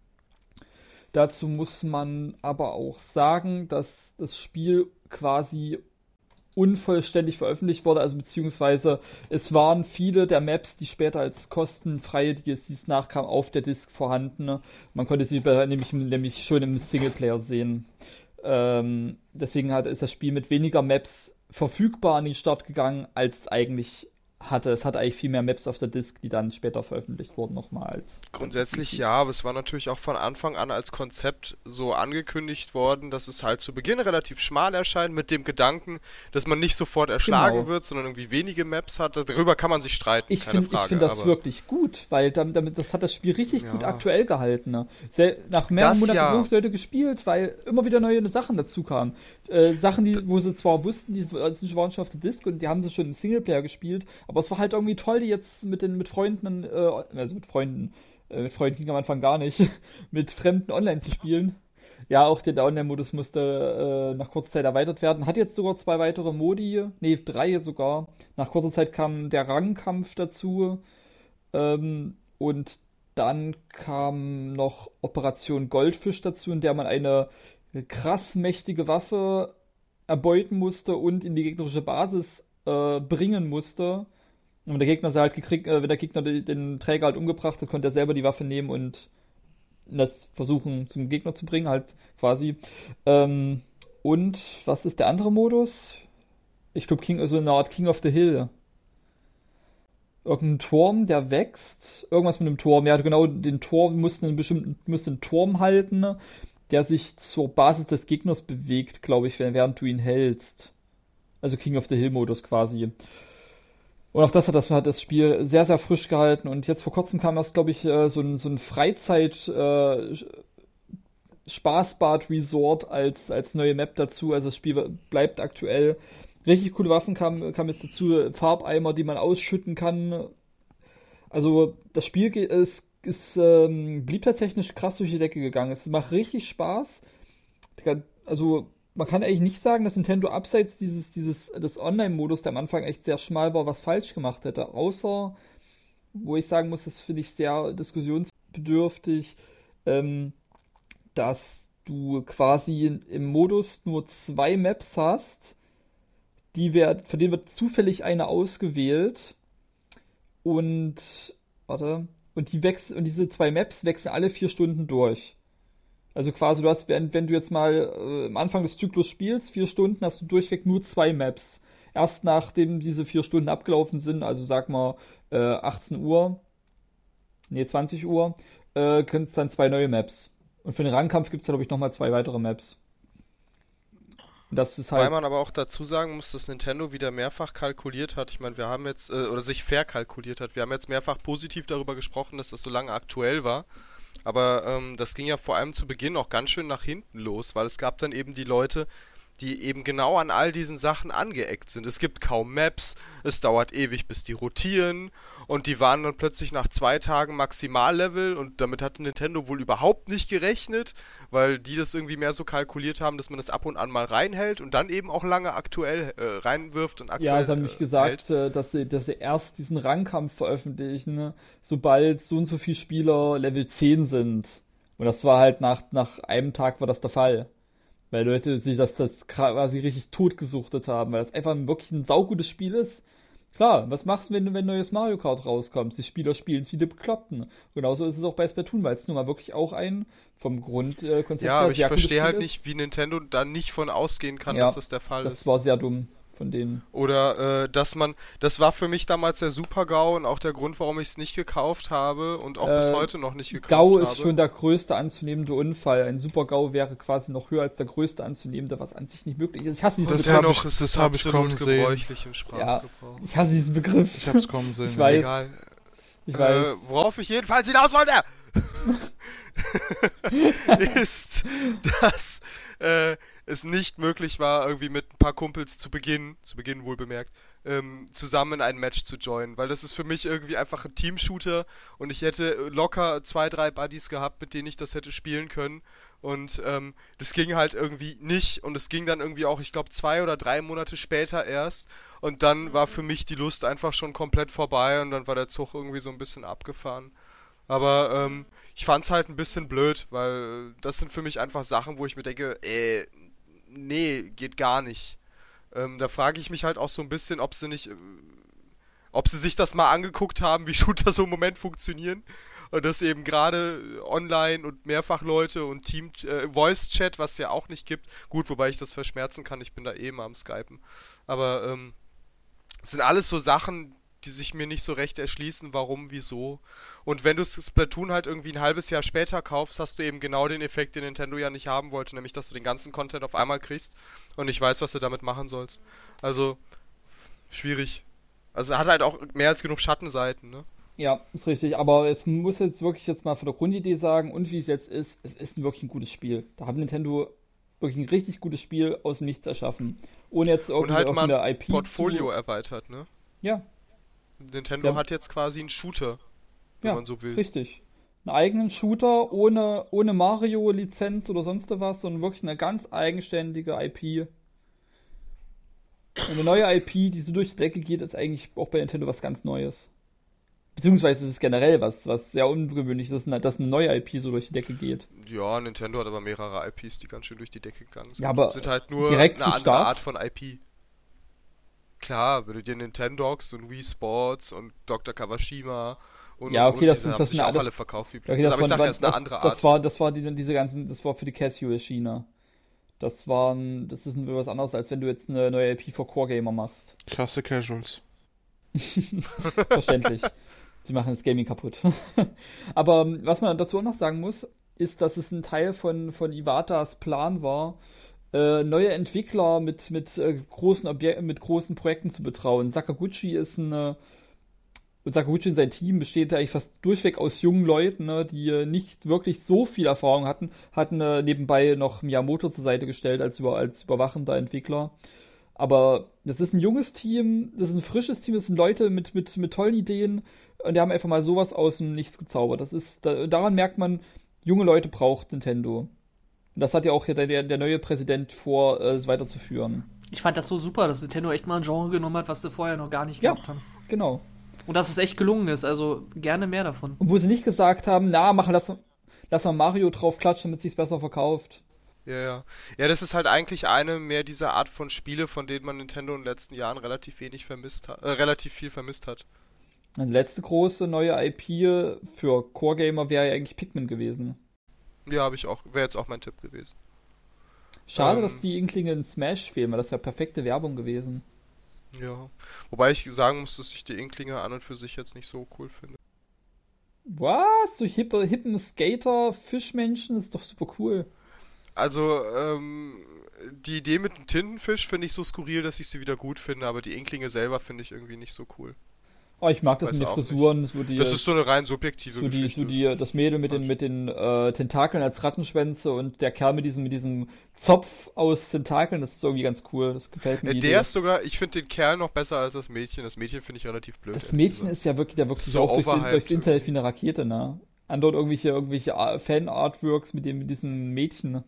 Dazu muss man aber auch sagen, dass das Spiel quasi unvollständig veröffentlicht wurde, also beziehungsweise es waren viele der Maps, die später als kostenfreie DLCs nachkamen, auf der Disc vorhanden. Man konnte sie nämlich schon im Singleplayer sehen. Deswegen ist das Spiel mit weniger Maps verfügbar an den Start gegangen, als es eigentlich hatte. Es hatte eigentlich viel mehr Maps auf der Disc, die dann später veröffentlicht wurden nochmal als. Grundsätzlich ja, aber es war natürlich auch von Anfang an als Konzept so angekündigt worden, dass es halt zu Beginn relativ schmal erscheint, mit dem Gedanken, dass man nicht sofort erschlagen wird, sondern irgendwie wenige Maps hat. Darüber kann man sich streiten, Ich keine finde Frage. das wirklich gut, weil das hat das Spiel richtig gut Ja. aktuell gehalten. Ne? Nach mehreren Das Monaten ja. genug Leute gespielt, weil immer wieder neue Sachen dazu kamen. Sachen, wo sie zwar wussten, die waren schon auf der Disc und die haben sie schon im Singleplayer gespielt, aber es war halt irgendwie toll, die jetzt mit Freunden, mit Freunden ging am Anfang gar nicht, mit Fremden online zu spielen. Ja, auch der Online-Modus musste nach kurzer Zeit erweitert werden. Hat jetzt sogar 2 weitere Modi, 3 sogar. Nach kurzer Zeit kam der Rangkampf dazu. Und dann kam noch Operation Goldfisch dazu, in der man eine krass mächtige Waffe erbeuten musste und in die gegnerische Basis bringen musste. Und wenn der Gegner wenn der Gegner den Träger halt umgebracht hat, konnte er selber die Waffe nehmen und das versuchen zum Gegner zu bringen, halt quasi. Und was ist der andere Modus? Ich glaube, so eine Art King of the Hill. Irgendein Turm, der wächst. Irgendwas mit einem Turm. Ja, genau, den Turm musste einen Turm halten, der sich zur Basis des Gegners bewegt, glaube ich, während du ihn hältst. Also King of the Hill Modus quasi. Und auch das hat das Spiel sehr, sehr frisch gehalten. Und jetzt vor kurzem kam erst, glaube ich, so ein Freizeit Spaßbad-Resort als neue Map dazu. Also das Spiel bleibt aktuell. Richtig coole Waffen kam jetzt dazu. Farbeimer, die man ausschütten kann. Also das Spiel blieb tatsächlich krass durch die Decke gegangen. Es macht richtig Spaß. Also man kann eigentlich nicht sagen, dass Nintendo abseits des Online-Modus, der am Anfang echt sehr schmal war, was falsch gemacht hätte. Außer, wo ich sagen muss, das finde ich sehr diskussionsbedürftig, dass du quasi im Modus nur 2 Maps hast, von denen wird zufällig eine ausgewählt und diese 2 Maps wechseln alle 4 Stunden durch. Also quasi du hast, wenn du jetzt mal am Anfang des Zyklus spielst, 4 Stunden, hast du durchweg nur 2 Maps. Erst nachdem diese 4 Stunden abgelaufen sind, also sag mal 20 Uhr, gibt es dann 2 neue Maps. Und für den Rangkampf gibt es dann, glaube ich, nochmal 2 weitere Maps. Und das ist halt. Weil man aber auch dazu sagen muss, dass Nintendo wieder mehrfach kalkuliert hat. Ich meine, wir haben jetzt, oder sich verkalkuliert hat. Wir haben jetzt mehrfach positiv darüber gesprochen, dass das so lange aktuell war. Aber das ging ja vor allem zu Beginn auch ganz schön nach hinten los, weil es gab dann eben die Leute, die eben genau an all diesen Sachen angeeckt sind. Es gibt kaum Maps, es dauert ewig, bis die rotieren und die waren dann plötzlich nach 2 Tagen Maximallevel und damit hat Nintendo wohl überhaupt nicht gerechnet, weil die das irgendwie mehr so kalkuliert haben, dass man das ab und an mal reinhält und dann eben auch lange aktuell reinwirft und aktuell Ja, sie haben mich gesagt, dass sie erst diesen Rangkampf veröffentlichen, ne, sobald so und so viele Spieler Level 10 sind. Und das war halt nach einem Tag war das der Fall. Weil Leute sich das quasi richtig totgesuchtet haben, weil das einfach wirklich ein saugutes Spiel ist. Klar, was machst du, wenn neues Mario Kart rauskommt? Die Spieler spielen es wie die Bekloppten. Genauso ist es auch bei Splatoon, weil es nun mal wirklich auch ein vom Grundkonzept ja, aber ich sehr gutes verstehe halt Spiel nicht, wie Nintendo da nicht von ausgehen kann, Ja, dass das der Fall ist. Das war sehr dumm von denen. Oder das war für mich damals der Super-GAU und auch der Grund, warum ich es nicht gekauft habe und auch bis heute noch nicht gekauft GAU habe. ist schon der größte anzunehmende Unfall. Ein Super-GAU wäre quasi noch höher als der größte anzunehmende, was an sich nicht möglich ist. Ich hasse diesen Und Begriff. dennoch ist es hab ich kommen absolut sehen. gebräuchlich im Ja, Sprachgebrauch. ich hasse diesen Begriff. Ich hab's kommen sehen. Ich weiß. Egal. Ich weiß. Worauf ich jedenfalls hinaus wollte, ist, dass es nicht möglich war, irgendwie mit ein paar Kumpels zu Beginn wohl bemerkt, zusammen ein Match zu joinen, weil das ist für mich irgendwie einfach ein Team-Shooter und ich hätte locker 2, 3 Buddies gehabt, mit denen ich das hätte spielen können und das ging halt irgendwie nicht und es ging dann irgendwie auch, ich glaube 2 oder 3 Monate später erst und dann war für mich die Lust einfach schon komplett vorbei und dann war der Zug irgendwie so ein bisschen abgefahren. Aber ich fand's halt ein bisschen blöd, weil das sind für mich einfach Sachen, wo ich mir denke, nee, geht gar nicht. Da frage ich mich halt auch so ein bisschen, ob sie sich das mal angeguckt haben, wie Shooter so im Moment funktionieren. Und das eben gerade online und mehrfach Leute und Voice-Chat, was es ja auch nicht gibt. Gut, wobei ich das verschmerzen kann, ich bin da eh mal am Skypen. Aber es sind alles so Sachen, die sich mir nicht so recht erschließen, warum, wieso. Und wenn du Splatoon halt irgendwie ein halbes Jahr später kaufst, hast du eben genau den Effekt, den Nintendo ja nicht haben wollte, nämlich, dass du den ganzen Content auf einmal kriegst und nicht weißt, was du damit machen sollst. Also, schwierig. Also, er hat halt auch mehr als genug Schattenseiten, ne? Ja, ist richtig. Aber es muss jetzt wirklich mal von der Grundidee sagen und wie es jetzt ist, es ist wirklich ein gutes Spiel. Da hat Nintendo wirklich ein richtig gutes Spiel aus dem Nichts erschaffen. Ohne jetzt irgendwie und halt mal eine ein IP Portfolio erweitert, ne? Ja. Nintendo hat jetzt quasi einen Shooter, wenn man so will. Richtig. Einen eigenen Shooter ohne Mario-Lizenz oder sonst was, sondern wirklich eine ganz eigenständige IP. Eine neue IP, die so durch die Decke geht, ist eigentlich auch bei Nintendo was ganz Neues. Beziehungsweise ist es generell was sehr ungewöhnlich ist, dass eine neue IP so durch die Decke geht. Ja, Nintendo hat aber mehrere IPs, die ganz schön durch die Decke gegangen sind. Ja, aber sind halt nur direkt eine zu andere Start? Art von IP. Klar, wenn du dir Nintendogs und Wii Sports und Dr. Kawashima und Ja, okay, das haben sich auch alles alle verkauft wie okay, aber ich sag ja, das ist eine andere Art. Das war für die Casual-Schiene. Das ist was anderes, als wenn du jetzt eine neue IP für Core-Gamer machst. Ich hasse Casuals. Verständlich. Sie machen das Gaming kaputt. Aber was man dazu auch noch sagen muss, ist, dass es ein Teil von Iwatas Plan war, neue Entwickler mit großen Projekten zu betrauen. Sakaguchi und Sakaguchi und sein Team besteht eigentlich fast durchweg aus jungen Leuten, ne, die nicht wirklich so viel Erfahrung hatten nebenbei noch Miyamoto zur Seite gestellt als überwachender Entwickler. Aber das ist ein junges Team, das ist ein frisches Team, das sind Leute mit tollen Ideen und die haben einfach mal sowas aus dem Nichts gezaubert. Daran merkt man, junge Leute braucht Nintendo. Und das hat ja auch hier der neue Präsident vor, es weiterzuführen. Ich fand das so super, dass Nintendo echt mal ein Genre genommen hat, was sie vorher noch gar nicht gehabt haben. Genau. Und dass es echt gelungen ist, also gerne mehr davon. Und wo sie nicht gesagt haben, lass mal Mario drauf klatschen, damit es sich besser verkauft. Ja. Ja, das ist halt eigentlich eine mehr dieser Art von Spiele, von denen man Nintendo in den letzten Jahren relativ viel vermisst hat. Eine letzte große neue IP für Core-Gamer wäre ja eigentlich Pikmin gewesen. Ja, wäre jetzt auch mein Tipp gewesen. Schade, dass die Inklinge in Smash fehlen, weil das wäre perfekte Werbung gewesen. Ja. Wobei ich sagen muss, dass ich die Inklinge an und für sich jetzt nicht so cool finde. Was? So hippen Skater, Fischmenschen, das ist doch super cool. Also, die Idee mit dem Tintenfisch finde ich so skurril, dass ich sie wieder gut finde, aber die Inklinge selber finde ich irgendwie nicht so cool. Oh, ich mag das mit den Frisuren. Das ist so eine rein subjektive Geschichte. Das Mädel mit den Tentakeln als Rattenschwänze und der Kerl mit diesem Zopf aus Tentakeln, das ist irgendwie ganz cool. Das gefällt mir. Ich finde den Kerl noch besser als das Mädchen. Das Mädchen finde ich relativ blöd. Das Mädchen ist ja wirklich, so auch durchs Internet wie eine Rakete, ne? Andauernd irgendwelche Fan-Artworks mit diesem Mädchen, ne?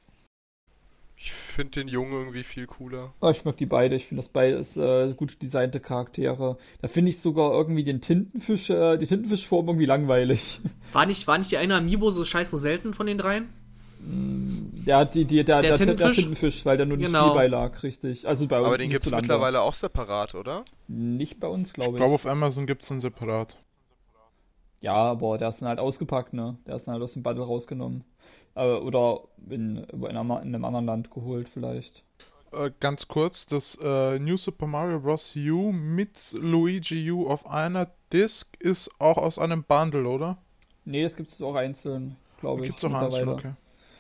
Ich finde den Jungen irgendwie viel cooler. Oh, ich mag die beide. Ich finde das beides gut designte Charaktere. Da finde ich sogar irgendwie die Tintenfischform irgendwie langweilig. War nicht die eine Amiibo so scheiße selten von den dreien? Der Tintenfisch, weil der nur nicht dabei lag, richtig. Also bei uns. Aber den gibt es mittlerweile auch separat, oder? Nicht bei uns, glaube ich. Ich glaube, auf Amazon gibt es einen separat. Ja, aber der ist dann halt ausgepackt, ne? Der ist dann halt aus dem Bundle rausgenommen. Oder in einem anderen Land geholt vielleicht. Ganz kurz, das New Super Mario Bros. U mit Luigi U auf einer Disc ist auch aus einem Bundle, oder? Nee, das gibt es auch einzeln, glaube ich. Gibt es auch einzeln, okay.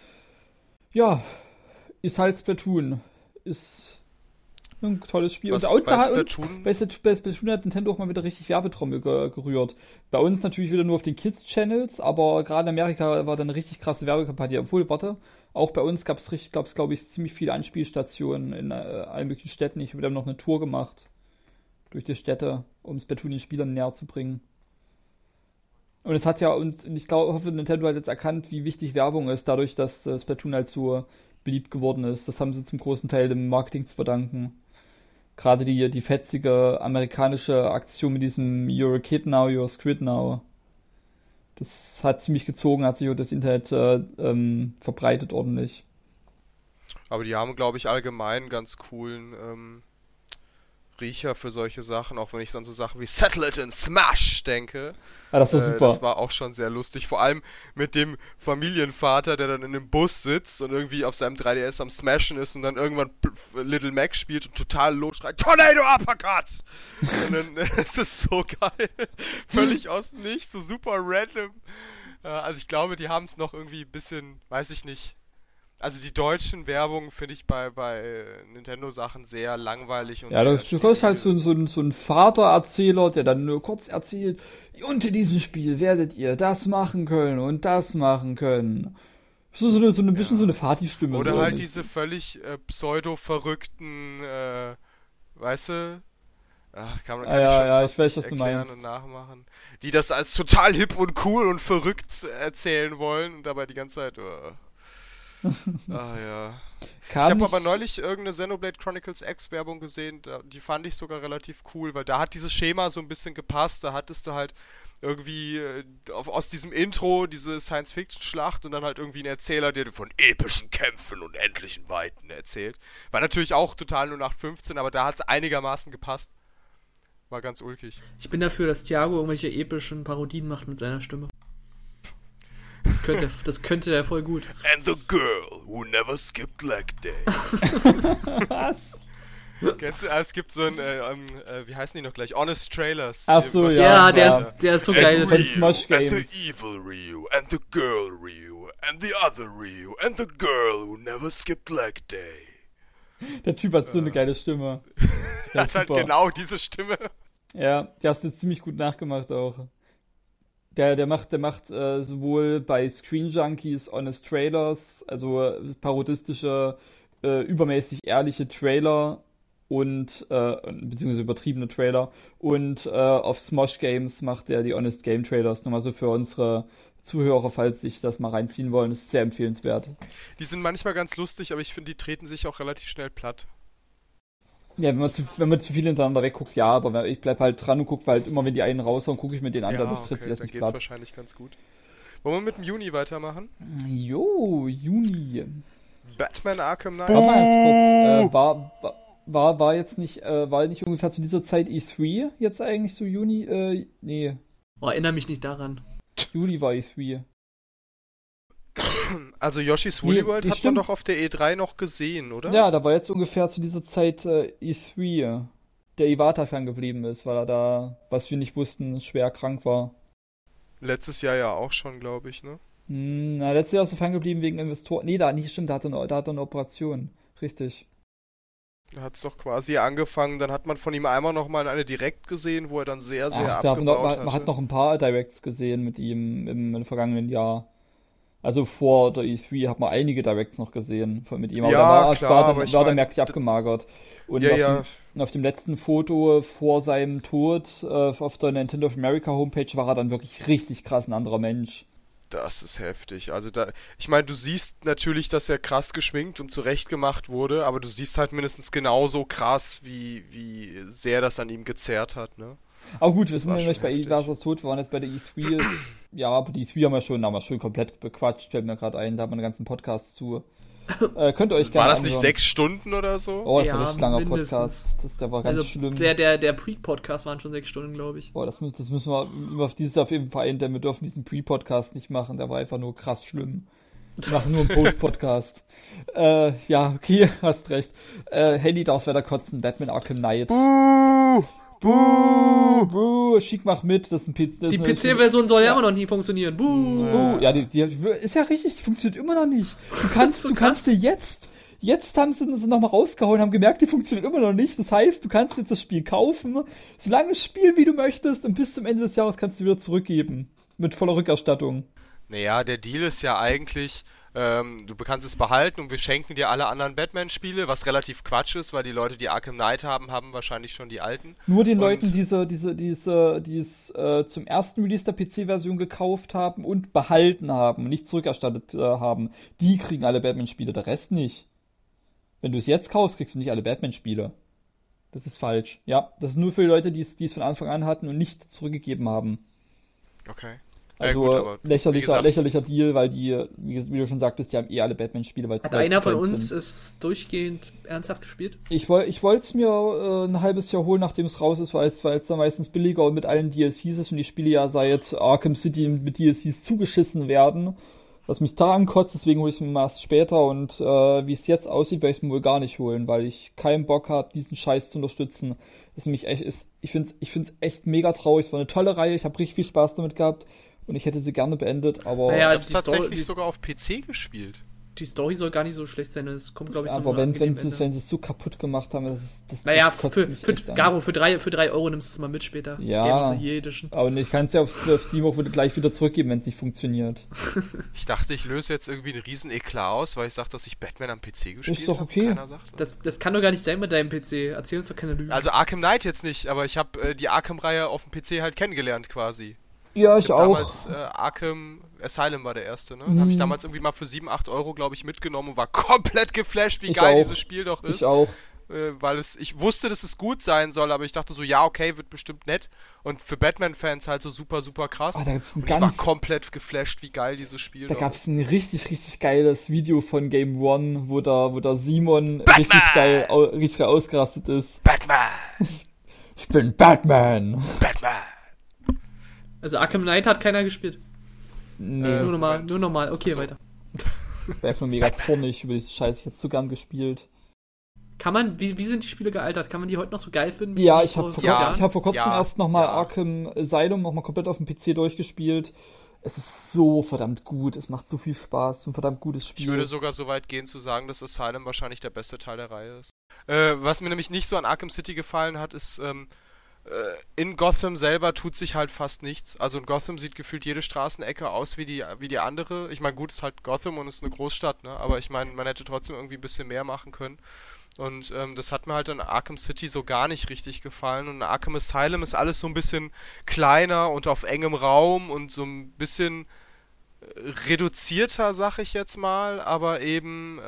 Ja, ist halt Splatoon. Ist ein tolles Spiel. Bei Splatoon hat Nintendo auch mal wieder richtig Werbetrommel gerührt. Bei uns natürlich wieder nur auf den Kids-Channels, aber gerade in Amerika war da eine richtig krasse Werbekampagne. Obwohl, auch bei uns gab es, glaube ich, ziemlich viele Anspielstationen in allen möglichen Städten. Ich habe dann noch eine Tour gemacht durch die Städte, um Splatoon den Spielern näher zu bringen. Und es hat ja hoffe, Nintendo hat jetzt erkannt, wie wichtig Werbung ist, dadurch, dass Splatoon halt so beliebt geworden ist. Das haben sie zum großen Teil dem Marketing zu verdanken. Gerade die fetzige amerikanische Aktion mit diesem You're a Kid Now, You're a Squid Now. Das hat ziemlich gezogen, hat sich über das Internet verbreitet ordentlich. Aber die haben, glaube ich, allgemein einen ganz coolen Riecher für solche Sachen, auch wenn ich dann so Sachen wie Settle It in Smash denke. Ah, das war super. Das war auch schon sehr lustig, vor allem mit dem Familienvater, der dann in dem Bus sitzt und irgendwie auf seinem 3DS am Smashen ist und dann irgendwann Little Mac spielt und total losschreit, Tornado Uppercut! Und dann ist es so geil. Völlig aus dem Nichts, so super random. Also ich glaube, die haben es noch irgendwie ein bisschen, weiß ich nicht. Also die deutschen Werbungen finde ich bei Nintendo-Sachen sehr langweilig und ja, du hast halt so ein Vater-Erzähler, der dann nur kurz erzählt, und in diesem Spiel werdet ihr das machen können und das machen können. So ein bisschen so eine Vati-Stimme. Oder so halt diese völlig pseudo-verrückten, weißt du? Kann ich weiß, was du meinst. Und nachmachen. Die das als total hip und cool und verrückt erzählen wollen und dabei die ganze Zeit... ja. Ich habe aber neulich irgendeine Xenoblade Chronicles X Werbung gesehen, die fand ich sogar relativ cool, weil da hat dieses Schema so ein bisschen gepasst, da hattest du halt irgendwie aus diesem Intro diese Science-Fiction-Schlacht und dann halt irgendwie ein Erzähler, der von epischen Kämpfen und endlichen Weiten erzählt. War natürlich auch total 0815, aber da hat es einigermaßen gepasst. War ganz ulkig. Ich bin dafür, dass Thiago irgendwelche epischen Parodien macht mit seiner Stimme. Das könnte der voll gut. And the girl who never skipped leg day. Was? Kennst du, es gibt so ein, wie heißen die noch gleich? Honest Trailers. Ach so, ja. Der ist so geil. And Ryu, and the evil Ryu, and the girl Ryu, and the other Ryu, and the girl who never skipped leg day. Der Typ hat so eine geile Stimme. Der hat halt genau diese Stimme. Ja, der hast du ziemlich gut nachgemacht auch. Der macht sowohl bei Screen Junkies, Honest Trailers, also parodistische, übermäßig ehrliche Trailer, und beziehungsweise übertriebene Trailer. Und auf Smosh Games macht er die Honest Game Trailers. Nochmal so für unsere Zuhörer, falls sich das mal reinziehen wollen. Das ist sehr empfehlenswert. Die sind manchmal ganz lustig, aber ich finde, die treten sich auch relativ schnell platt. Ja, wenn man zu viel hintereinander wegguckt, ja, aber ich bleib halt dran und gucke halt immer, wenn die einen raushauen, gucke ich mit den anderen, ja, tritt sich das dann nicht geht's platt. wahrscheinlich ganz gut. Wollen wir mit dem Juni weitermachen? Jo, Juni. Batman Arkham Knight. Warte mal ganz kurz, war jetzt nicht, war nicht ungefähr zu dieser Zeit E3 jetzt eigentlich so Juni? Nee, Erinnere mich nicht daran. Juli war E3. Also Yoshi's Woolly Nee, World das hat man stimmt. doch auf der E3 noch gesehen, oder? Ja, da war jetzt ungefähr zu dieser Zeit E3, der Iwata ferngeblieben ist, weil er da, was wir nicht wussten, schwer krank war. Letztes Jahr ja auch schon, glaube ich, ne? Na, letztes Jahr ist er ferngeblieben wegen Investoren. Nee, nicht stimmt, da hat er eine Operation. Richtig. Da hat es doch quasi angefangen, dann hat man von ihm einmal nochmal eine Direkt gesehen, wo er dann sehr, sehr Ach, abgebaut man hat hatte. noch ein paar Directs gesehen mit ihm im vergangenen Jahr. Also vor der E3 hat man einige Directs noch gesehen mit ihm. Aber Ja, der klar, aber ich war dann mein, merklich abgemagert. Und Ja, ja, auf dem letzten Foto vor seinem Tod auf der Nintendo of America Homepage war er dann wirklich richtig krass ein anderer Mensch. das ist heftig. Also da, ich meine, du siehst natürlich, dass er krass geschminkt und zurechtgemacht wurde, aber du siehst halt mindestens genauso krass, wie sehr das an ihm gezerrt hat, ne? Aber gut, wir Das sind war ja schon nicht bei heftig. Iwasas Tod, wir waren jetzt bei der E3. Ja, aber die E3 haben wir schon komplett bequatscht, fällt mir gerade ein, da haben wir einen ganzen Podcast zu. Könnt ihr euch gerne War das nicht anhören. 6 Stunden oder so? Oh, das war ein Ja, richtig langer mindestens. Podcast. Der war ganz Also schlimm. der Pre-Podcast waren schon 6 Stunden, glaube ich. Boah, das müssen wir dieses auf jeden Fall ändern. Wir dürfen diesen Pre-Podcast nicht machen. Der war einfach nur krass schlimm. Wir machen nur einen Post-Podcast. Ja, okay, hast recht. Handy darf's weiter kotzen. Batman Arkham Knight. Buh, Schick, mach mit. Das ist ein Die PC-Version soll ja immer noch nie funktionieren. Buh. Ja, die ist ja richtig. Die funktioniert immer noch nicht. Du kannst dir jetzt haben sie nochmal rausgehauen, haben gemerkt, die funktioniert immer noch nicht. Das heißt, du kannst jetzt das Spiel kaufen, so lange spielen, wie du möchtest, und bis zum Ende des Jahres kannst du wieder zurückgeben. Mit voller Rückerstattung. Naja, der Deal ist ja eigentlich, du kannst es behalten und wir schenken dir alle anderen Batman-Spiele, was relativ Quatsch ist, weil die Leute, die Arkham Knight haben wahrscheinlich schon die alten. Nur den Und- Leuten, die es zum ersten Release der PC-Version gekauft haben und behalten haben, nicht zurückerstattet haben, die kriegen alle Batman-Spiele, der Rest nicht. Wenn du es jetzt kaufst, kriegst du nicht alle Batman-Spiele. Das ist falsch. Ja, das ist nur für die Leute, die es von Anfang an hatten und nicht zurückgegeben haben. Okay. Also gut, aber wie gesagt- lächerlicher Deal, weil die, wie du schon sagtest, die haben eh alle Batman-Spiele, weil Hat einer von uns es durchgehend ernsthaft gespielt? Ich wollte es mir ein halbes Jahr holen, nachdem es raus ist, weil es da meistens billiger und mit allen DLCs ist und die Spiele ja seit Arkham City mit DLCs zugeschissen werden. Was mich da ankotzt, deswegen hole ich es mir erst später und wie es jetzt aussieht, werde ich es mir wohl gar nicht holen, weil ich keinen Bock habe, diesen Scheiß zu unterstützen. Ich finde es echt mega traurig. Es war eine tolle Reihe, ich habe richtig viel Spaß damit gehabt und ich hätte sie gerne beendet, aber Naja, Ich habe es die tatsächlich Story- sogar auf PC gespielt. Die Story soll gar nicht so schlecht sein. Es kommt, glaube ich, aber einem wenn angenehmen Ende. sie es so kaputt gemacht haben, das Naja, kotzt für mich echt an. Garo, für 3 Euro nimmst du es mal mit später. Ja. Game of the Year Edition. Aber ich kann es ja auf Steam auch gleich wieder zurückgeben, wenn es nicht funktioniert. Ich dachte, ich löse jetzt irgendwie einen riesen Eklat aus, weil ich sage, dass ich Batman am PC gespielt doch habe. okay. Keiner sagt was. Das kann doch gar nicht sein mit deinem PC. Erzähl uns doch keine Lügen. Also Arkham Knight jetzt nicht, aber ich habe die Arkham-Reihe auf dem PC halt kennengelernt quasi. Ja, Ich habe damals Arkham Asylum war der erste, ne? Habe ich damals irgendwie mal für 7, 8 Euro, glaube ich, mitgenommen und war komplett geflasht, wie Ich geil auch. dieses Spiel doch ist. Ich auch. Weil ich wusste, dass es gut sein soll, aber ich dachte so, ja, okay, wird bestimmt nett. Und für Batman-Fans halt so super, super krass. Ah, da gibt's ein und ich war ganz- komplett geflasht, wie geil dieses Spiel Da doch gab es ist. ein richtig, richtig geiles Video von Game One, wo der Simon richtig geil ausgerastet ist. Batman! Ich bin Batman! Batman! Also Arkham Knight hat keiner gespielt. Nee, Nur normal, Moment. nur normal. Okay, Ach so. weiter. ich wäre von mega zornig über diese Scheiße. Ich hätte so gern gespielt. Kann man, wie sind die Spiele gealtert? Kann man die heute noch so geil finden? Ja, wie ich habe vor vor, 5 Jahren? ich hab vor kurzem Ja, erst nochmal ja. Arkham Asylum nochmal komplett auf dem PC durchgespielt. Es ist so verdammt gut. Es macht so viel Spaß. So ein verdammt gutes Spiel. Ich würde sogar so weit gehen zu sagen, dass Asylum wahrscheinlich der beste Teil der Reihe ist. Was mir nämlich nicht so an Arkham City gefallen hat, ist, in Gotham selber tut sich halt fast nichts. Also in Gotham sieht gefühlt jede Straßenecke aus wie die andere. Ich meine, gut, ist halt Gotham und ist eine Großstadt, ne? Aber ich meine, man hätte trotzdem irgendwie ein bisschen mehr machen können. Und das hat mir halt in Arkham City so gar nicht richtig gefallen. Und in Arkham Asylum ist alles so ein bisschen kleiner und auf engem Raum und so ein bisschen reduzierter, sag ich jetzt mal, aber eben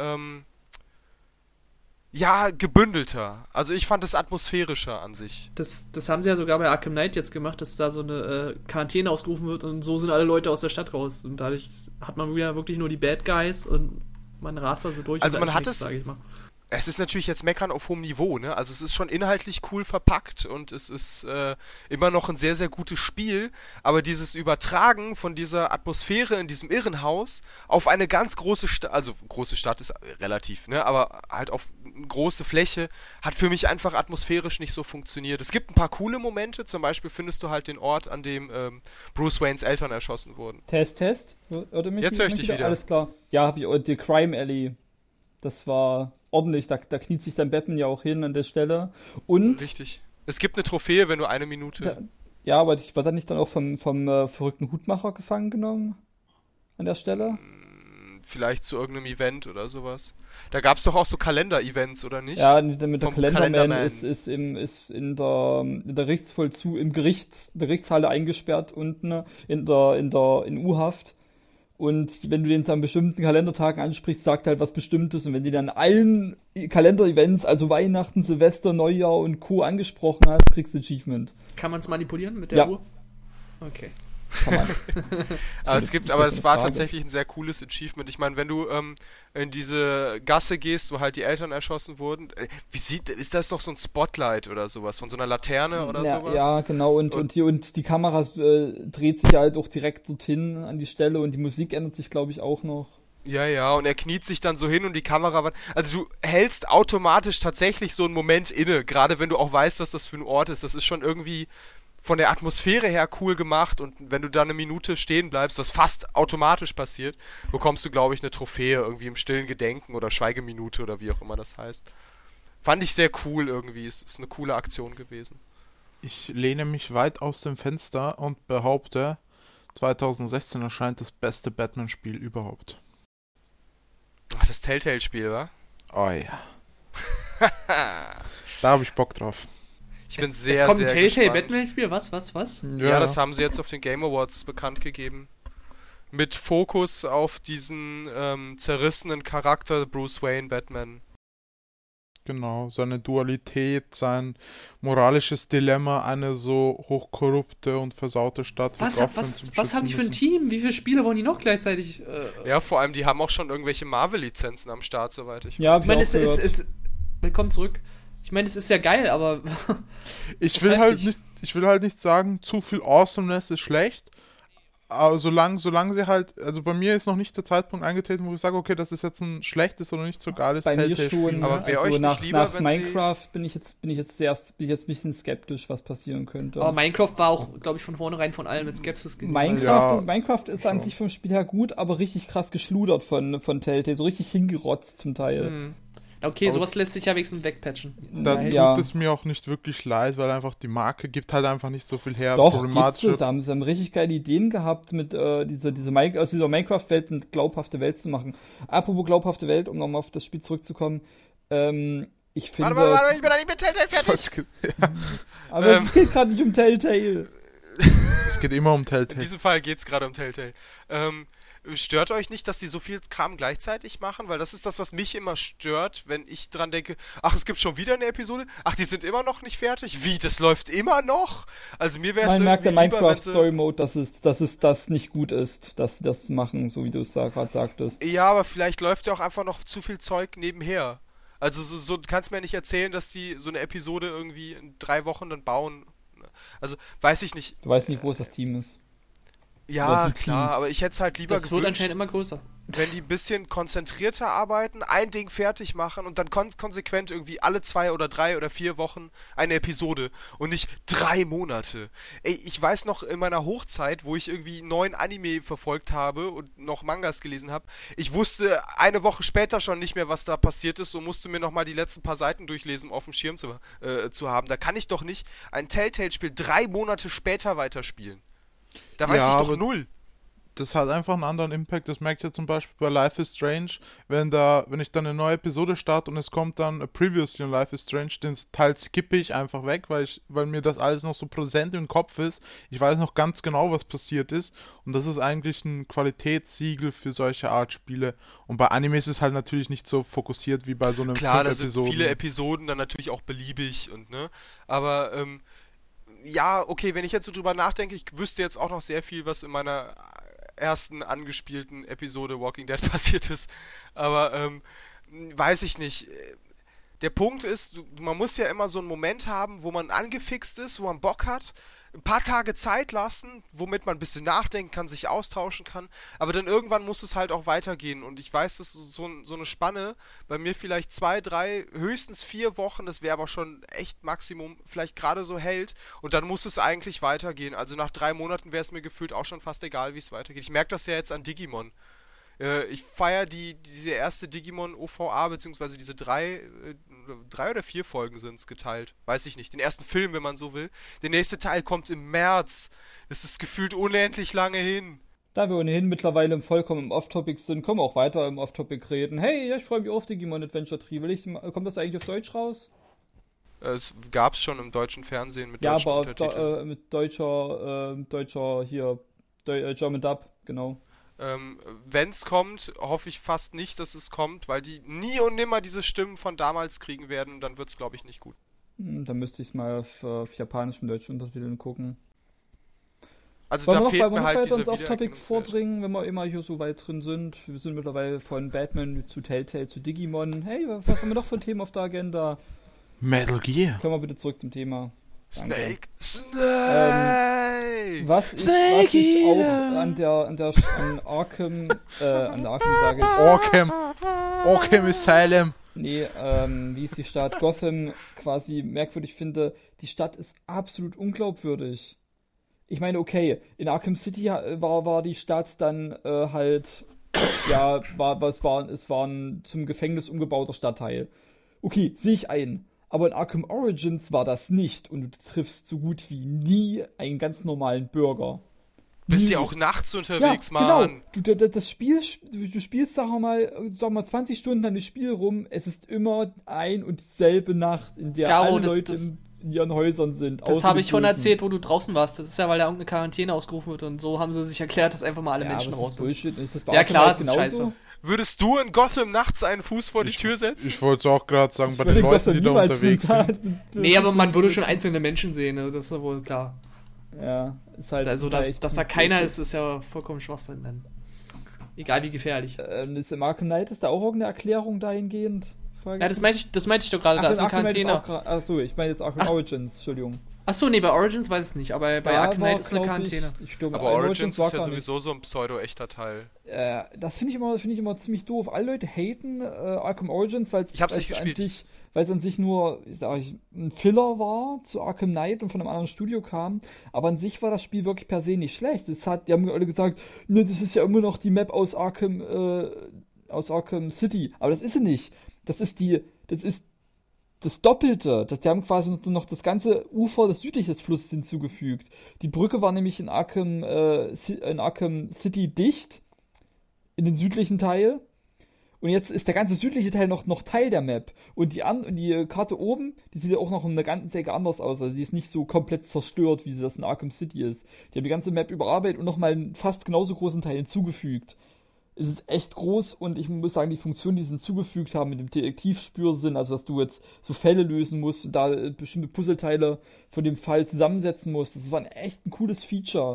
ja, gebündelter. Also ich fand es atmosphärischer an sich. Das haben sie ja sogar bei Arkham Knight jetzt gemacht, dass da so eine Quarantäne ausgerufen wird und so sind alle Leute aus der Stadt raus. Und dadurch hat man wieder wirklich nur die Bad Guys und man rast da so durch. Also und da man ist hat nichts, es... sag ich mal. Es ist natürlich jetzt Meckern auf hohem Niveau, ne? Also es ist schon inhaltlich cool verpackt und es ist immer noch ein sehr, sehr gutes Spiel, aber dieses Übertragen von dieser Atmosphäre in diesem Irrenhaus auf eine ganz große Stadt, also große Stadt ist relativ, ne? Aber halt auf eine große Fläche, hat für mich einfach atmosphärisch nicht so funktioniert. Es gibt ein paar coole Momente, zum Beispiel findest du halt den Ort, an dem Bruce Waynes Eltern erschossen wurden. Test. Hört mich Jetzt höre ich dich wieder. Alles klar. Ja, habe ich die Crime Alley. Das war ordentlich, da kniet sich dann Batman ja auch hin an der Stelle. Und Richtig. Es gibt eine Trophäe, wenn du eine Minute... ja, aber ich war dann nicht dann auch vom verrückten Hutmacher gefangen genommen an der Stelle? Vielleicht zu irgendeinem Event oder sowas. Da gab es doch auch so Kalender-Events, oder nicht? Ja, mit der Vom Kalenderman Kalenderman. ist in der Gerichtsvollzug, der Gerichtshalle eingesperrt unten in U-Haft. Und wenn du den an bestimmten Kalendertagen ansprichst, sagt er halt was Bestimmtes. Und wenn du dann allen Kalender-Events, also Weihnachten, Silvester, Neujahr und Co. angesprochen hast, kriegst du Achievement. Kann man es manipulieren mit der Uhr? Okay. Kann man. aber es war tatsächlich ein sehr cooles Achievement. Ich meine, wenn du in diese Gasse gehst, wo halt die Eltern erschossen wurden, ist das doch so ein Spotlight oder sowas, von so einer Laterne oder sowas? Ja, genau, und die Kamera dreht sich halt auch direkt dorthin an die Stelle und die Musik ändert sich, glaube ich, auch noch. Ja, und er kniet sich dann so hin und die Kamera... Also du hältst automatisch tatsächlich so einen Moment inne, gerade wenn du auch weißt, was das für ein Ort ist. Das ist schon irgendwie von der Atmosphäre her cool gemacht und wenn du da eine Minute stehen bleibst, was fast automatisch passiert, bekommst du, glaube ich, eine Trophäe irgendwie im stillen Gedenken oder Schweigeminute oder wie auch immer das heißt. Fand ich sehr cool irgendwie, es ist eine coole Aktion gewesen. Ich lehne mich weit aus dem Fenster und behaupte, 2016 erscheint das beste Batman-Spiel überhaupt. Ach, das Telltale-Spiel, wa? Oh ja. Da habe ich Bock drauf. Ich bin Es sehr, kommt ein sehr Telltale gespannt. Batman-Spiel, was? Ja, das haben sie jetzt auf den Game Awards bekannt gegeben. Mit Fokus auf diesen zerrissenen Charakter Bruce Wayne, Batman. Genau, seine Dualität, sein moralisches Dilemma, eine so hochkorrupte und versaute Stadt wie Gotham zum Was haben die für ein schützen Team? Wie viele Spiele wollen die noch gleichzeitig? Ja, vor allem, die haben auch schon irgendwelche Marvel-Lizenzen am Start, soweit ich weiß. Ja, Ich meine, willkommen zurück. Ich meine, es ist ja geil, aber Ich will halt nicht sagen, zu viel Awesomeness ist schlecht, aber solange sie halt, also bei mir ist noch nicht der Zeitpunkt eingetreten, wo ich sage, okay, das ist jetzt ein schlechtes oder nicht so geiles bei mir Telltale-Spiel. schon. Aber wäre euch nicht nach lieber, wenn Minecraft bin ich jetzt ein bisschen skeptisch, was passieren könnte. aber Minecraft war auch, glaube ich, von vornherein von allen mit Skepsis gesehen. Minecraft ist an sich vom Spiel her gut, aber richtig krass geschludert von Telltale, so richtig hingerotzt zum Teil. Okay, Aber sowas lässt sich ja wenigstens wegpatchen. Da Ja. tut es mir auch nicht wirklich leid, weil einfach die Marke gibt halt einfach nicht so viel her. Doch, gibt's es. Sie haben richtig geile Ideen gehabt, mit aus dieser Minecraft-Welt eine glaubhafte Welt zu machen. Apropos glaubhafte Welt, um nochmal auf das Spiel zurückzukommen, ich finde... Warte, ich bin noch nicht mit Telltale fertig! Aber es geht gerade nicht um Telltale. Es geht immer um In Telltale. diesem Fall geht's gerade um Telltale. Stört euch nicht, dass die so viel Kram gleichzeitig machen? Weil das ist das, was mich immer stört, wenn ich dran denke, ach, es gibt schon wieder eine Episode? Ach, die sind immer noch nicht fertig? Wie, das läuft immer noch? Also mir wäre es Man merkt der irgendwie lieber, wenn sie... Minecraft-Story-Mode, dass es das nicht gut ist, dass sie das machen, so wie du es da gerade sagtest. Ja, aber vielleicht läuft ja auch einfach noch zu viel Zeug nebenher. Also so du kannst mir nicht erzählen, dass die so eine Episode irgendwie in 3 Wochen dann bauen. Also, weiß ich nicht. Du weißt nicht, wo es das Team ist. Ja, die klar, Teams. aber ich hätte es halt lieber Das wird gewünscht, anscheinend immer größer. wenn die ein bisschen konzentrierter arbeiten, ein Ding fertig machen und dann konsequent irgendwie alle 2 oder 3 oder 4 Wochen eine Episode und nicht 3 Monate. Ey, ich weiß noch in meiner Hochzeit, wo ich irgendwie 9 Anime verfolgt habe und noch Mangas gelesen habe, ich wusste eine Woche später schon nicht mehr, was da passiert ist und musste mir nochmal die letzten paar Seiten durchlesen, um auf dem Schirm zu haben. Da kann ich doch nicht ein Telltale-Spiel 3 Monate später weiterspielen. Da weiß ich doch null. das hat einfach einen anderen Impact. Das merke ich ja zum Beispiel bei Life is Strange, wenn ich dann eine neue Episode starte und es kommt dann Previously on Life is Strange, den Teil skippe ich einfach weg, weil mir das alles noch so präsent im Kopf ist. Ich weiß noch ganz genau, was passiert ist, und das ist eigentlich ein Qualitätssiegel für solche Art Spiele. Und bei Animes ist es halt natürlich nicht so fokussiert wie bei so einem Klar, da sind Episoden. viele Episoden dann natürlich auch beliebig und ne, aber ja, okay, wenn ich jetzt so drüber nachdenke, ich wüsste jetzt auch noch sehr viel, was in meiner ersten angespielten Episode Walking Dead passiert ist, aber weiß ich nicht. Der Punkt ist, man muss ja immer so einen Moment haben, wo man angefixt ist, wo man Bock hat, ein paar Tage Zeit lassen, womit man ein bisschen nachdenken kann, sich austauschen kann, aber dann irgendwann muss es halt auch weitergehen, und ich weiß, dass so eine Spanne bei mir vielleicht 2, 3, höchstens 4 Wochen, das wäre aber schon echt Maximum, vielleicht gerade so hält, und dann muss es eigentlich weitergehen. Also nach 3 Monaten wäre es mir gefühlt auch schon fast egal, wie es weitergeht. Ich merke das ja jetzt an Digimon. Ich feiere diese erste Digimon OVA, beziehungsweise diese 3 oder 4 Folgen sind es geteilt. Weiß ich nicht. Den ersten Film, wenn man so will. Der nächste Teil kommt im März. Das ist gefühlt unendlich lange hin. Da wir ohnehin mittlerweile vollkommen im Off-Topic sind, können wir auch weiter im Off-Topic reden. Hey, ja, ich freue mich auf Digimon Adventure 3. Kommt das eigentlich auf Deutsch raus? Es gab es schon im deutschen Fernsehen mit Ja, deutschen aber Untertiteln. mit deutscher hier, German Dub, genau. Wenn es kommt, hoffe ich fast nicht, dass es kommt, weil die nie und nimmer diese Stimmen von damals kriegen werden, und dann wird es, glaube ich, nicht gut. Dann müsste ich es mal auf japanischen deutschen Untertiteln gucken. Also Wollen da wir fehlt noch mir halt weiter diese ins Off-Topic Wiedererkennungswert. vordringen, wenn wir immer hier so weit drin sind? Wir sind mittlerweile von Batman zu Telltale zu Digimon. Hey, was haben wir noch für Themen auf der Agenda? Metal Gear. Kommen wir bitte zurück zum Thema. Danke. Snake! Snake! Was ich auch an Arkham sage ich. Arkham Asylum. Nee, wie ist die Stadt? Gotham quasi merkwürdig finde, die Stadt ist absolut unglaubwürdig. Ich meine, okay, in Arkham City war die Stadt dann es war ein zum Gefängnis umgebauter Stadtteil. Okay, sehe ich ein. Aber in Arkham Origins war das nicht, und du triffst so gut wie nie einen ganz normalen Bürger. Bist Nie. ja auch nachts unterwegs, Ja, genau. Mann. Du spielst, sag mal 20 Stunden an das Spiel rum, es ist immer ein und dieselbe Nacht, in der Garo, alle Leute in ihren Häusern sind. Das außer habe die ich schon Bösen. erzählt, wo du draußen warst. Das ist ja, weil da irgendeine Quarantäne ausgerufen wird, und so haben sie sich erklärt, dass einfach mal alle Ja, Menschen aber raus das ist sind. Bullshit. Ist das bei Ja, Arkham klar, Knight es ist scheiße. Würdest du in Gotham nachts einen Fuß vor die Tür setzen? Ich wollte es auch gerade sagen, bei Ich den würde Leuten, die da niemals unterwegs sind. Nee, aber man würde schon einzelne Menschen sehen, also das ist ja wohl klar. Ja, ist halt. Also, dass da keiner ist ja vollkommen Schwachsinn dann. Egal wie gefährlich. Ist im Arkham Knight ist da auch irgendeine Erklärung dahingehend? Ja, das meinte ich doch gerade, da ist eine Quarantäne. Achso, ich meine jetzt Arkham Origins, Entschuldigung. Achso, nee, bei Origins weiß ich es nicht, aber bei Da Arkham war, Knight ist eine glaub Quarantäne. Ich glaube, Aber Origins ist ja gar nicht. sowieso so ein pseudo-echter Teil. Das finde ich immer ziemlich doof. Alle Leute haten Arkham Origins, weil Ich hab's nicht gespielt. es an sich nur, ein Filler war zu Arkham Knight und von einem anderen Studio kam. Aber an sich war das Spiel wirklich per se nicht schlecht. Die haben alle gesagt, ne, das ist ja immer noch die Map aus Arkham City. Aber das ist sie nicht. Das ist das Doppelte. Die haben quasi noch das ganze Ufer des südlichen Flusses hinzugefügt. Die Brücke war nämlich in Arkham City dicht, in den südlichen Teil. Und jetzt ist der ganze südliche Teil noch Teil der Map. Und die Karte oben, die sieht ja auch noch in der ganzen Ecke anders aus. Also die ist nicht so komplett zerstört, wie sie das in Arkham City ist. Die haben die ganze Map überarbeitet und nochmal einen fast genauso großen Teil hinzugefügt. Es ist echt groß, und ich muss sagen, die Funktionen, die sie hinzugefügt haben mit dem Detektivspürsinn, also dass du jetzt so Fälle lösen musst und da bestimmte Puzzleteile von dem Fall zusammensetzen musst, das war echt ein cooles Wie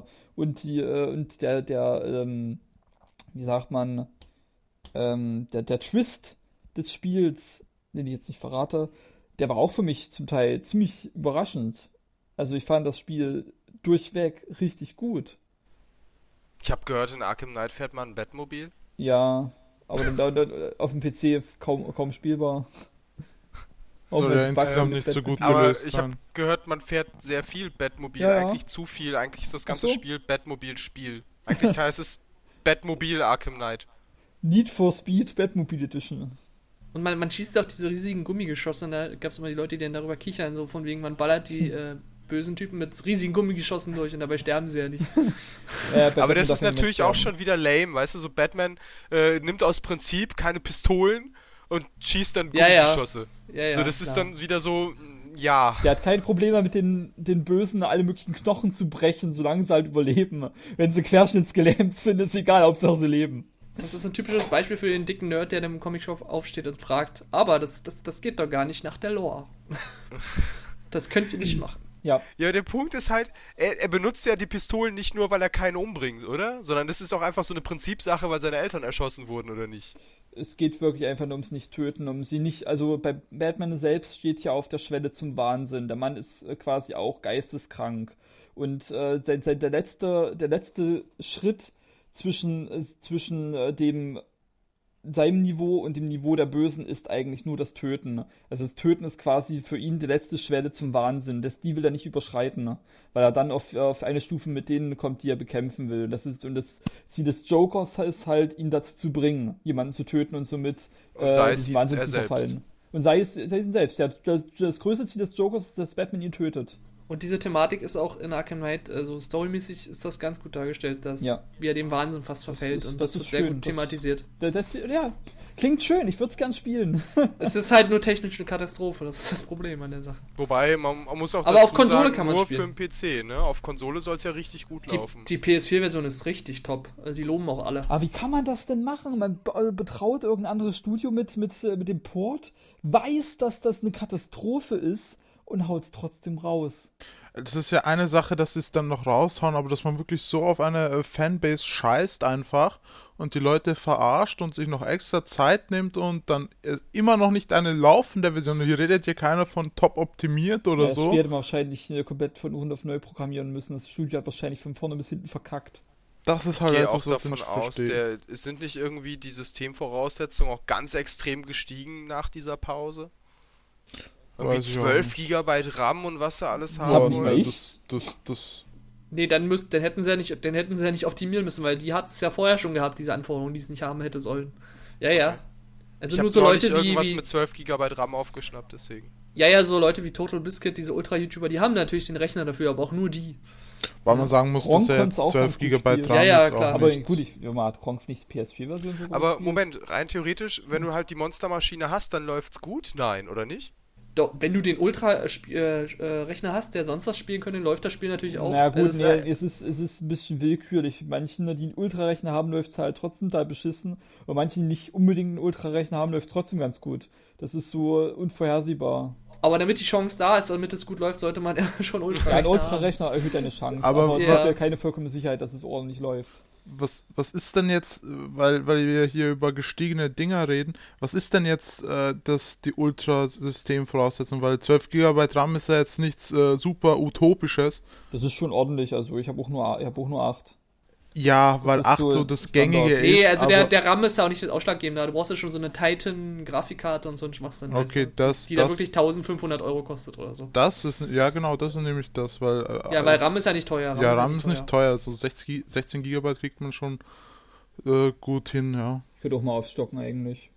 sagt man, der Twist des Spiels, den ich jetzt nicht verrate, der war auch für mich zum Teil ziemlich überraschend. Also ich fand das Spiel durchweg richtig gut. Ich habe gehört, in Arkham Knight fährt man ein Batmobil. Ja, aber dann auf dem PC kaum spielbar. Soll ja insgesamt nicht so gut Aber gelöst ich habe sein. gehört, man fährt sehr viel Batmobil, Ja. eigentlich zu viel. Eigentlich ist das ganze so. Spiel Batmobil-Spiel. Eigentlich heißt es Batmobil Arkham Knight. Need for Speed Batmobile Edition. Und man schießt auch diese riesigen Gummigeschosse, und da gab es immer die Leute, die dann darüber kichern, so von wegen, man ballert die bösen Typen mit riesigen Gummigeschossen durch und dabei sterben sie ja nicht. Aber das ist natürlich auch schon wieder lame, weißt du, so Batman nimmt aus Prinzip keine Pistolen und schießt dann Gummigeschosse. Ja, so, das klar. ist dann wieder so, ja. Der hat kein Problem damit, den Bösen alle möglichen Knochen zu brechen, solange sie halt überleben. Wenn sie querschnittsgelähmt sind, ist egal, Hauptsache sie leben. Das ist ein typisches Beispiel für den dicken Nerd, der im Comicshop aufsteht und fragt, aber das geht doch gar nicht nach der Lore. Das könnt ihr nicht machen. Ja. Ja, der Punkt ist halt, er benutzt ja die Pistolen nicht nur, weil er keinen umbringt, oder? Sondern das ist auch einfach so eine Prinzipsache, weil seine Eltern erschossen wurden, oder nicht? Es geht wirklich einfach nur ums Nicht-Töten, um sie nicht, also bei Batman selbst steht ja auf der Schwelle zum Wahnsinn. Der Mann ist quasi auch geisteskrank. Und der letzte Schritt zwischen seinem Niveau und dem Niveau der Bösen ist eigentlich nur das Töten. Also das Töten ist quasi für ihn die letzte Schwelle zum Wahnsinn. Die will er nicht überschreiten, weil er dann auf eine Stufe mit denen kommt, die er bekämpfen will. Das Ziel des Jokers ist halt, ihn dazu zu bringen, jemanden zu töten und somit sei Wahnsinn er zu selbst. verfallen. Und sei es ihn selbst. Ja, das größte Ziel des Jokers ist, dass Batman ihn tötet. Und diese Thematik ist auch in Arkham Knight, also storymäßig ist das ganz gut dargestellt, dass wie er dem Wahnsinn fast verfällt und das wird sehr gut thematisiert. Ja, klingt schön, ich würde es gern spielen. Es ist halt nur technisch eine Katastrophe, das ist das Problem an der Sache. Wobei, man muss auch Aber dazu auf Konsole sagen, kann man nur spielen. für den PC, ne? Auf Konsole soll es ja richtig gut laufen. Die PS4-Version ist richtig top, also die loben auch alle. Aber wie kann man das denn machen? Man betraut irgendein anderes Studio mit dem Port, weiß, dass das eine Katastrophe ist und haut es trotzdem raus. Das ist ja eine Sache, dass sie es dann noch raushauen, aber dass man wirklich so auf eine Fanbase scheißt einfach und die Leute verarscht und sich noch extra Zeit nimmt und dann immer noch nicht eine laufende Version. Hier redet hier keiner von top optimiert oder so. Das Spiel hätte man wahrscheinlich komplett von Grund auf neu programmieren müssen. Das Studio hat wahrscheinlich von vorne bis hinten verkackt. Das ist Ich halt gehe etwas, auch was ich davon nicht aus, verstehe. es sind nicht irgendwie die Systemvoraussetzungen auch ganz extrem gestiegen nach dieser Pause? Irgendwie Weiß ich auch 12 nicht. GB RAM und was da alles haben hab nicht wollen. mal Das Nee, dann hätten sie ja nicht optimieren müssen, weil die hat es ja vorher schon gehabt, diese Anforderungen, die es nicht haben hätte sollen. Ja. Also Ich nur hab so neulich Leute irgendwas wie mit 12 GB RAM aufgeschnappt, deswegen. Ja, so Leute wie Total Biscuit, diese Ultra-YouTuber, die haben natürlich den Rechner dafür, aber auch nur die. weil man sagen muss, dass Gronk er konnt's jetzt auch 12 ganz gut GB spielen. RAM Ja, jetzt klar. auch Aber nicht. gut, man hat Gronk nicht die PS4-Version so gut Aber gespielt. Moment, rein theoretisch, wenn du halt die Monstermaschine hast, dann läuft's gut? Nein, oder nicht? Doch, wenn du den Ultra-Rechner hast, der sonst was spielen könnte, läuft das Spiel natürlich auch. Na gut, Es ist, es ist ein bisschen willkürlich. Manchen, die einen Ultrarechner haben, läuft es halt trotzdem da beschissen. Und manche, die nicht unbedingt einen Ultrarechner haben, läuft trotzdem ganz gut. Das ist so unvorhersehbar. aber damit die Chance da ist, damit es gut läuft, sollte man ja schon Ja, Ultra-Rechner ein haben. Ultrarechner erhöht deine Chance, Aber aber es ja. hat ja keine vollkommene Sicherheit, dass es ordentlich läuft. Was ist denn jetzt, weil wir hier über gestiegene Dinger reden, was ist denn jetzt die Ultra-System-Voraussetzung? Weil 12 GB RAM ist ja jetzt nichts super Utopisches. Das ist schon ordentlich, also ich habe auch nur 8. Ja, weil ist 8 so so das Standard. Gängige ist. Nee, also aber, der RAM ist ja auch nicht das Ausschlaggebende. Du brauchst ja schon so eine Titan-Grafikkarte und so einen Schwachsinn. Okay, weißt du, die da wirklich 1500 € kostet oder so. Das ist, ja genau, das ist nämlich das, weil... Weil RAM ist ja nicht teuer. RAM ist nicht teuer, so 16 GB kriegt man schon gut hin, ja. Ich könnte auch mal aufstocken eigentlich.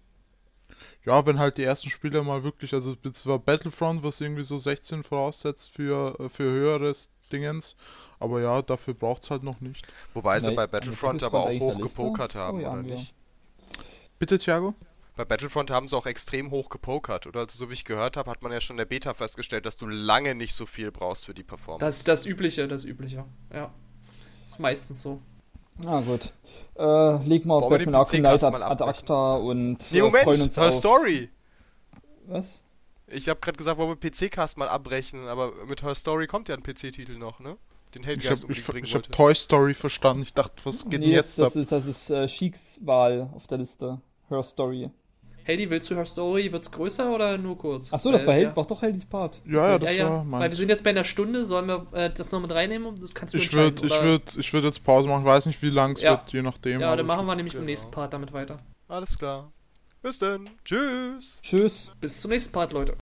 Ja, wenn halt die ersten Spiele mal wirklich, also zwar Battlefront, was irgendwie so 16 voraussetzt für höheres Dingens, aber ja, dafür braucht es halt noch nicht. Wobei sie Nee, bei haben wir Battlefront Battlefront aber auch eigentlich hoch eine Liste? gepokert haben, Oh ja, oder haben wir. nicht? Bitte, Thiago? Bei Battlefront haben sie auch extrem hoch gepokert, oder? Also so wie ich gehört habe, hat man ja schon in der Beta festgestellt, dass du lange nicht so viel brauchst für die Performance. Das ist das Übliche. Ja. Ist meistens so. Na gut. Legen wir Wollen wir den Batman Arkham Knight PC-Cast mal ad abbrechen? acta und Nee, freuen Moment, uns Her auf... Story! Was? Ich habe gerade gesagt, wollen wir PC-Cast mal abbrechen, aber mit Her Story kommt ja ein PC-Titel noch, ne? Den Helden Ich unbedingt bringen hab wollte. Toy Story verstanden. Ich dachte, was geht denn Nee, jetzt ab? das ist Sheiks Wahl auf der Liste. Her Story. Heidi, willst du Her Story? Wird's größer oder nur kurz? Achso, das war ja. war doch Heldys Part. Ja, das Ja. war Weil wir meins. sind jetzt bei einer Stunde. Sollen wir das noch mit reinnehmen? Das kannst du Ich entscheiden. würd jetzt Pause machen. Ich weiß nicht, wie lang es Ja. wird, je nachdem. Ja, aber dann machen wir nämlich Genau. im nächsten Part damit weiter. Alles klar. Bis dann. Tschüss. Tschüss. Bis zum nächsten Part, Leute.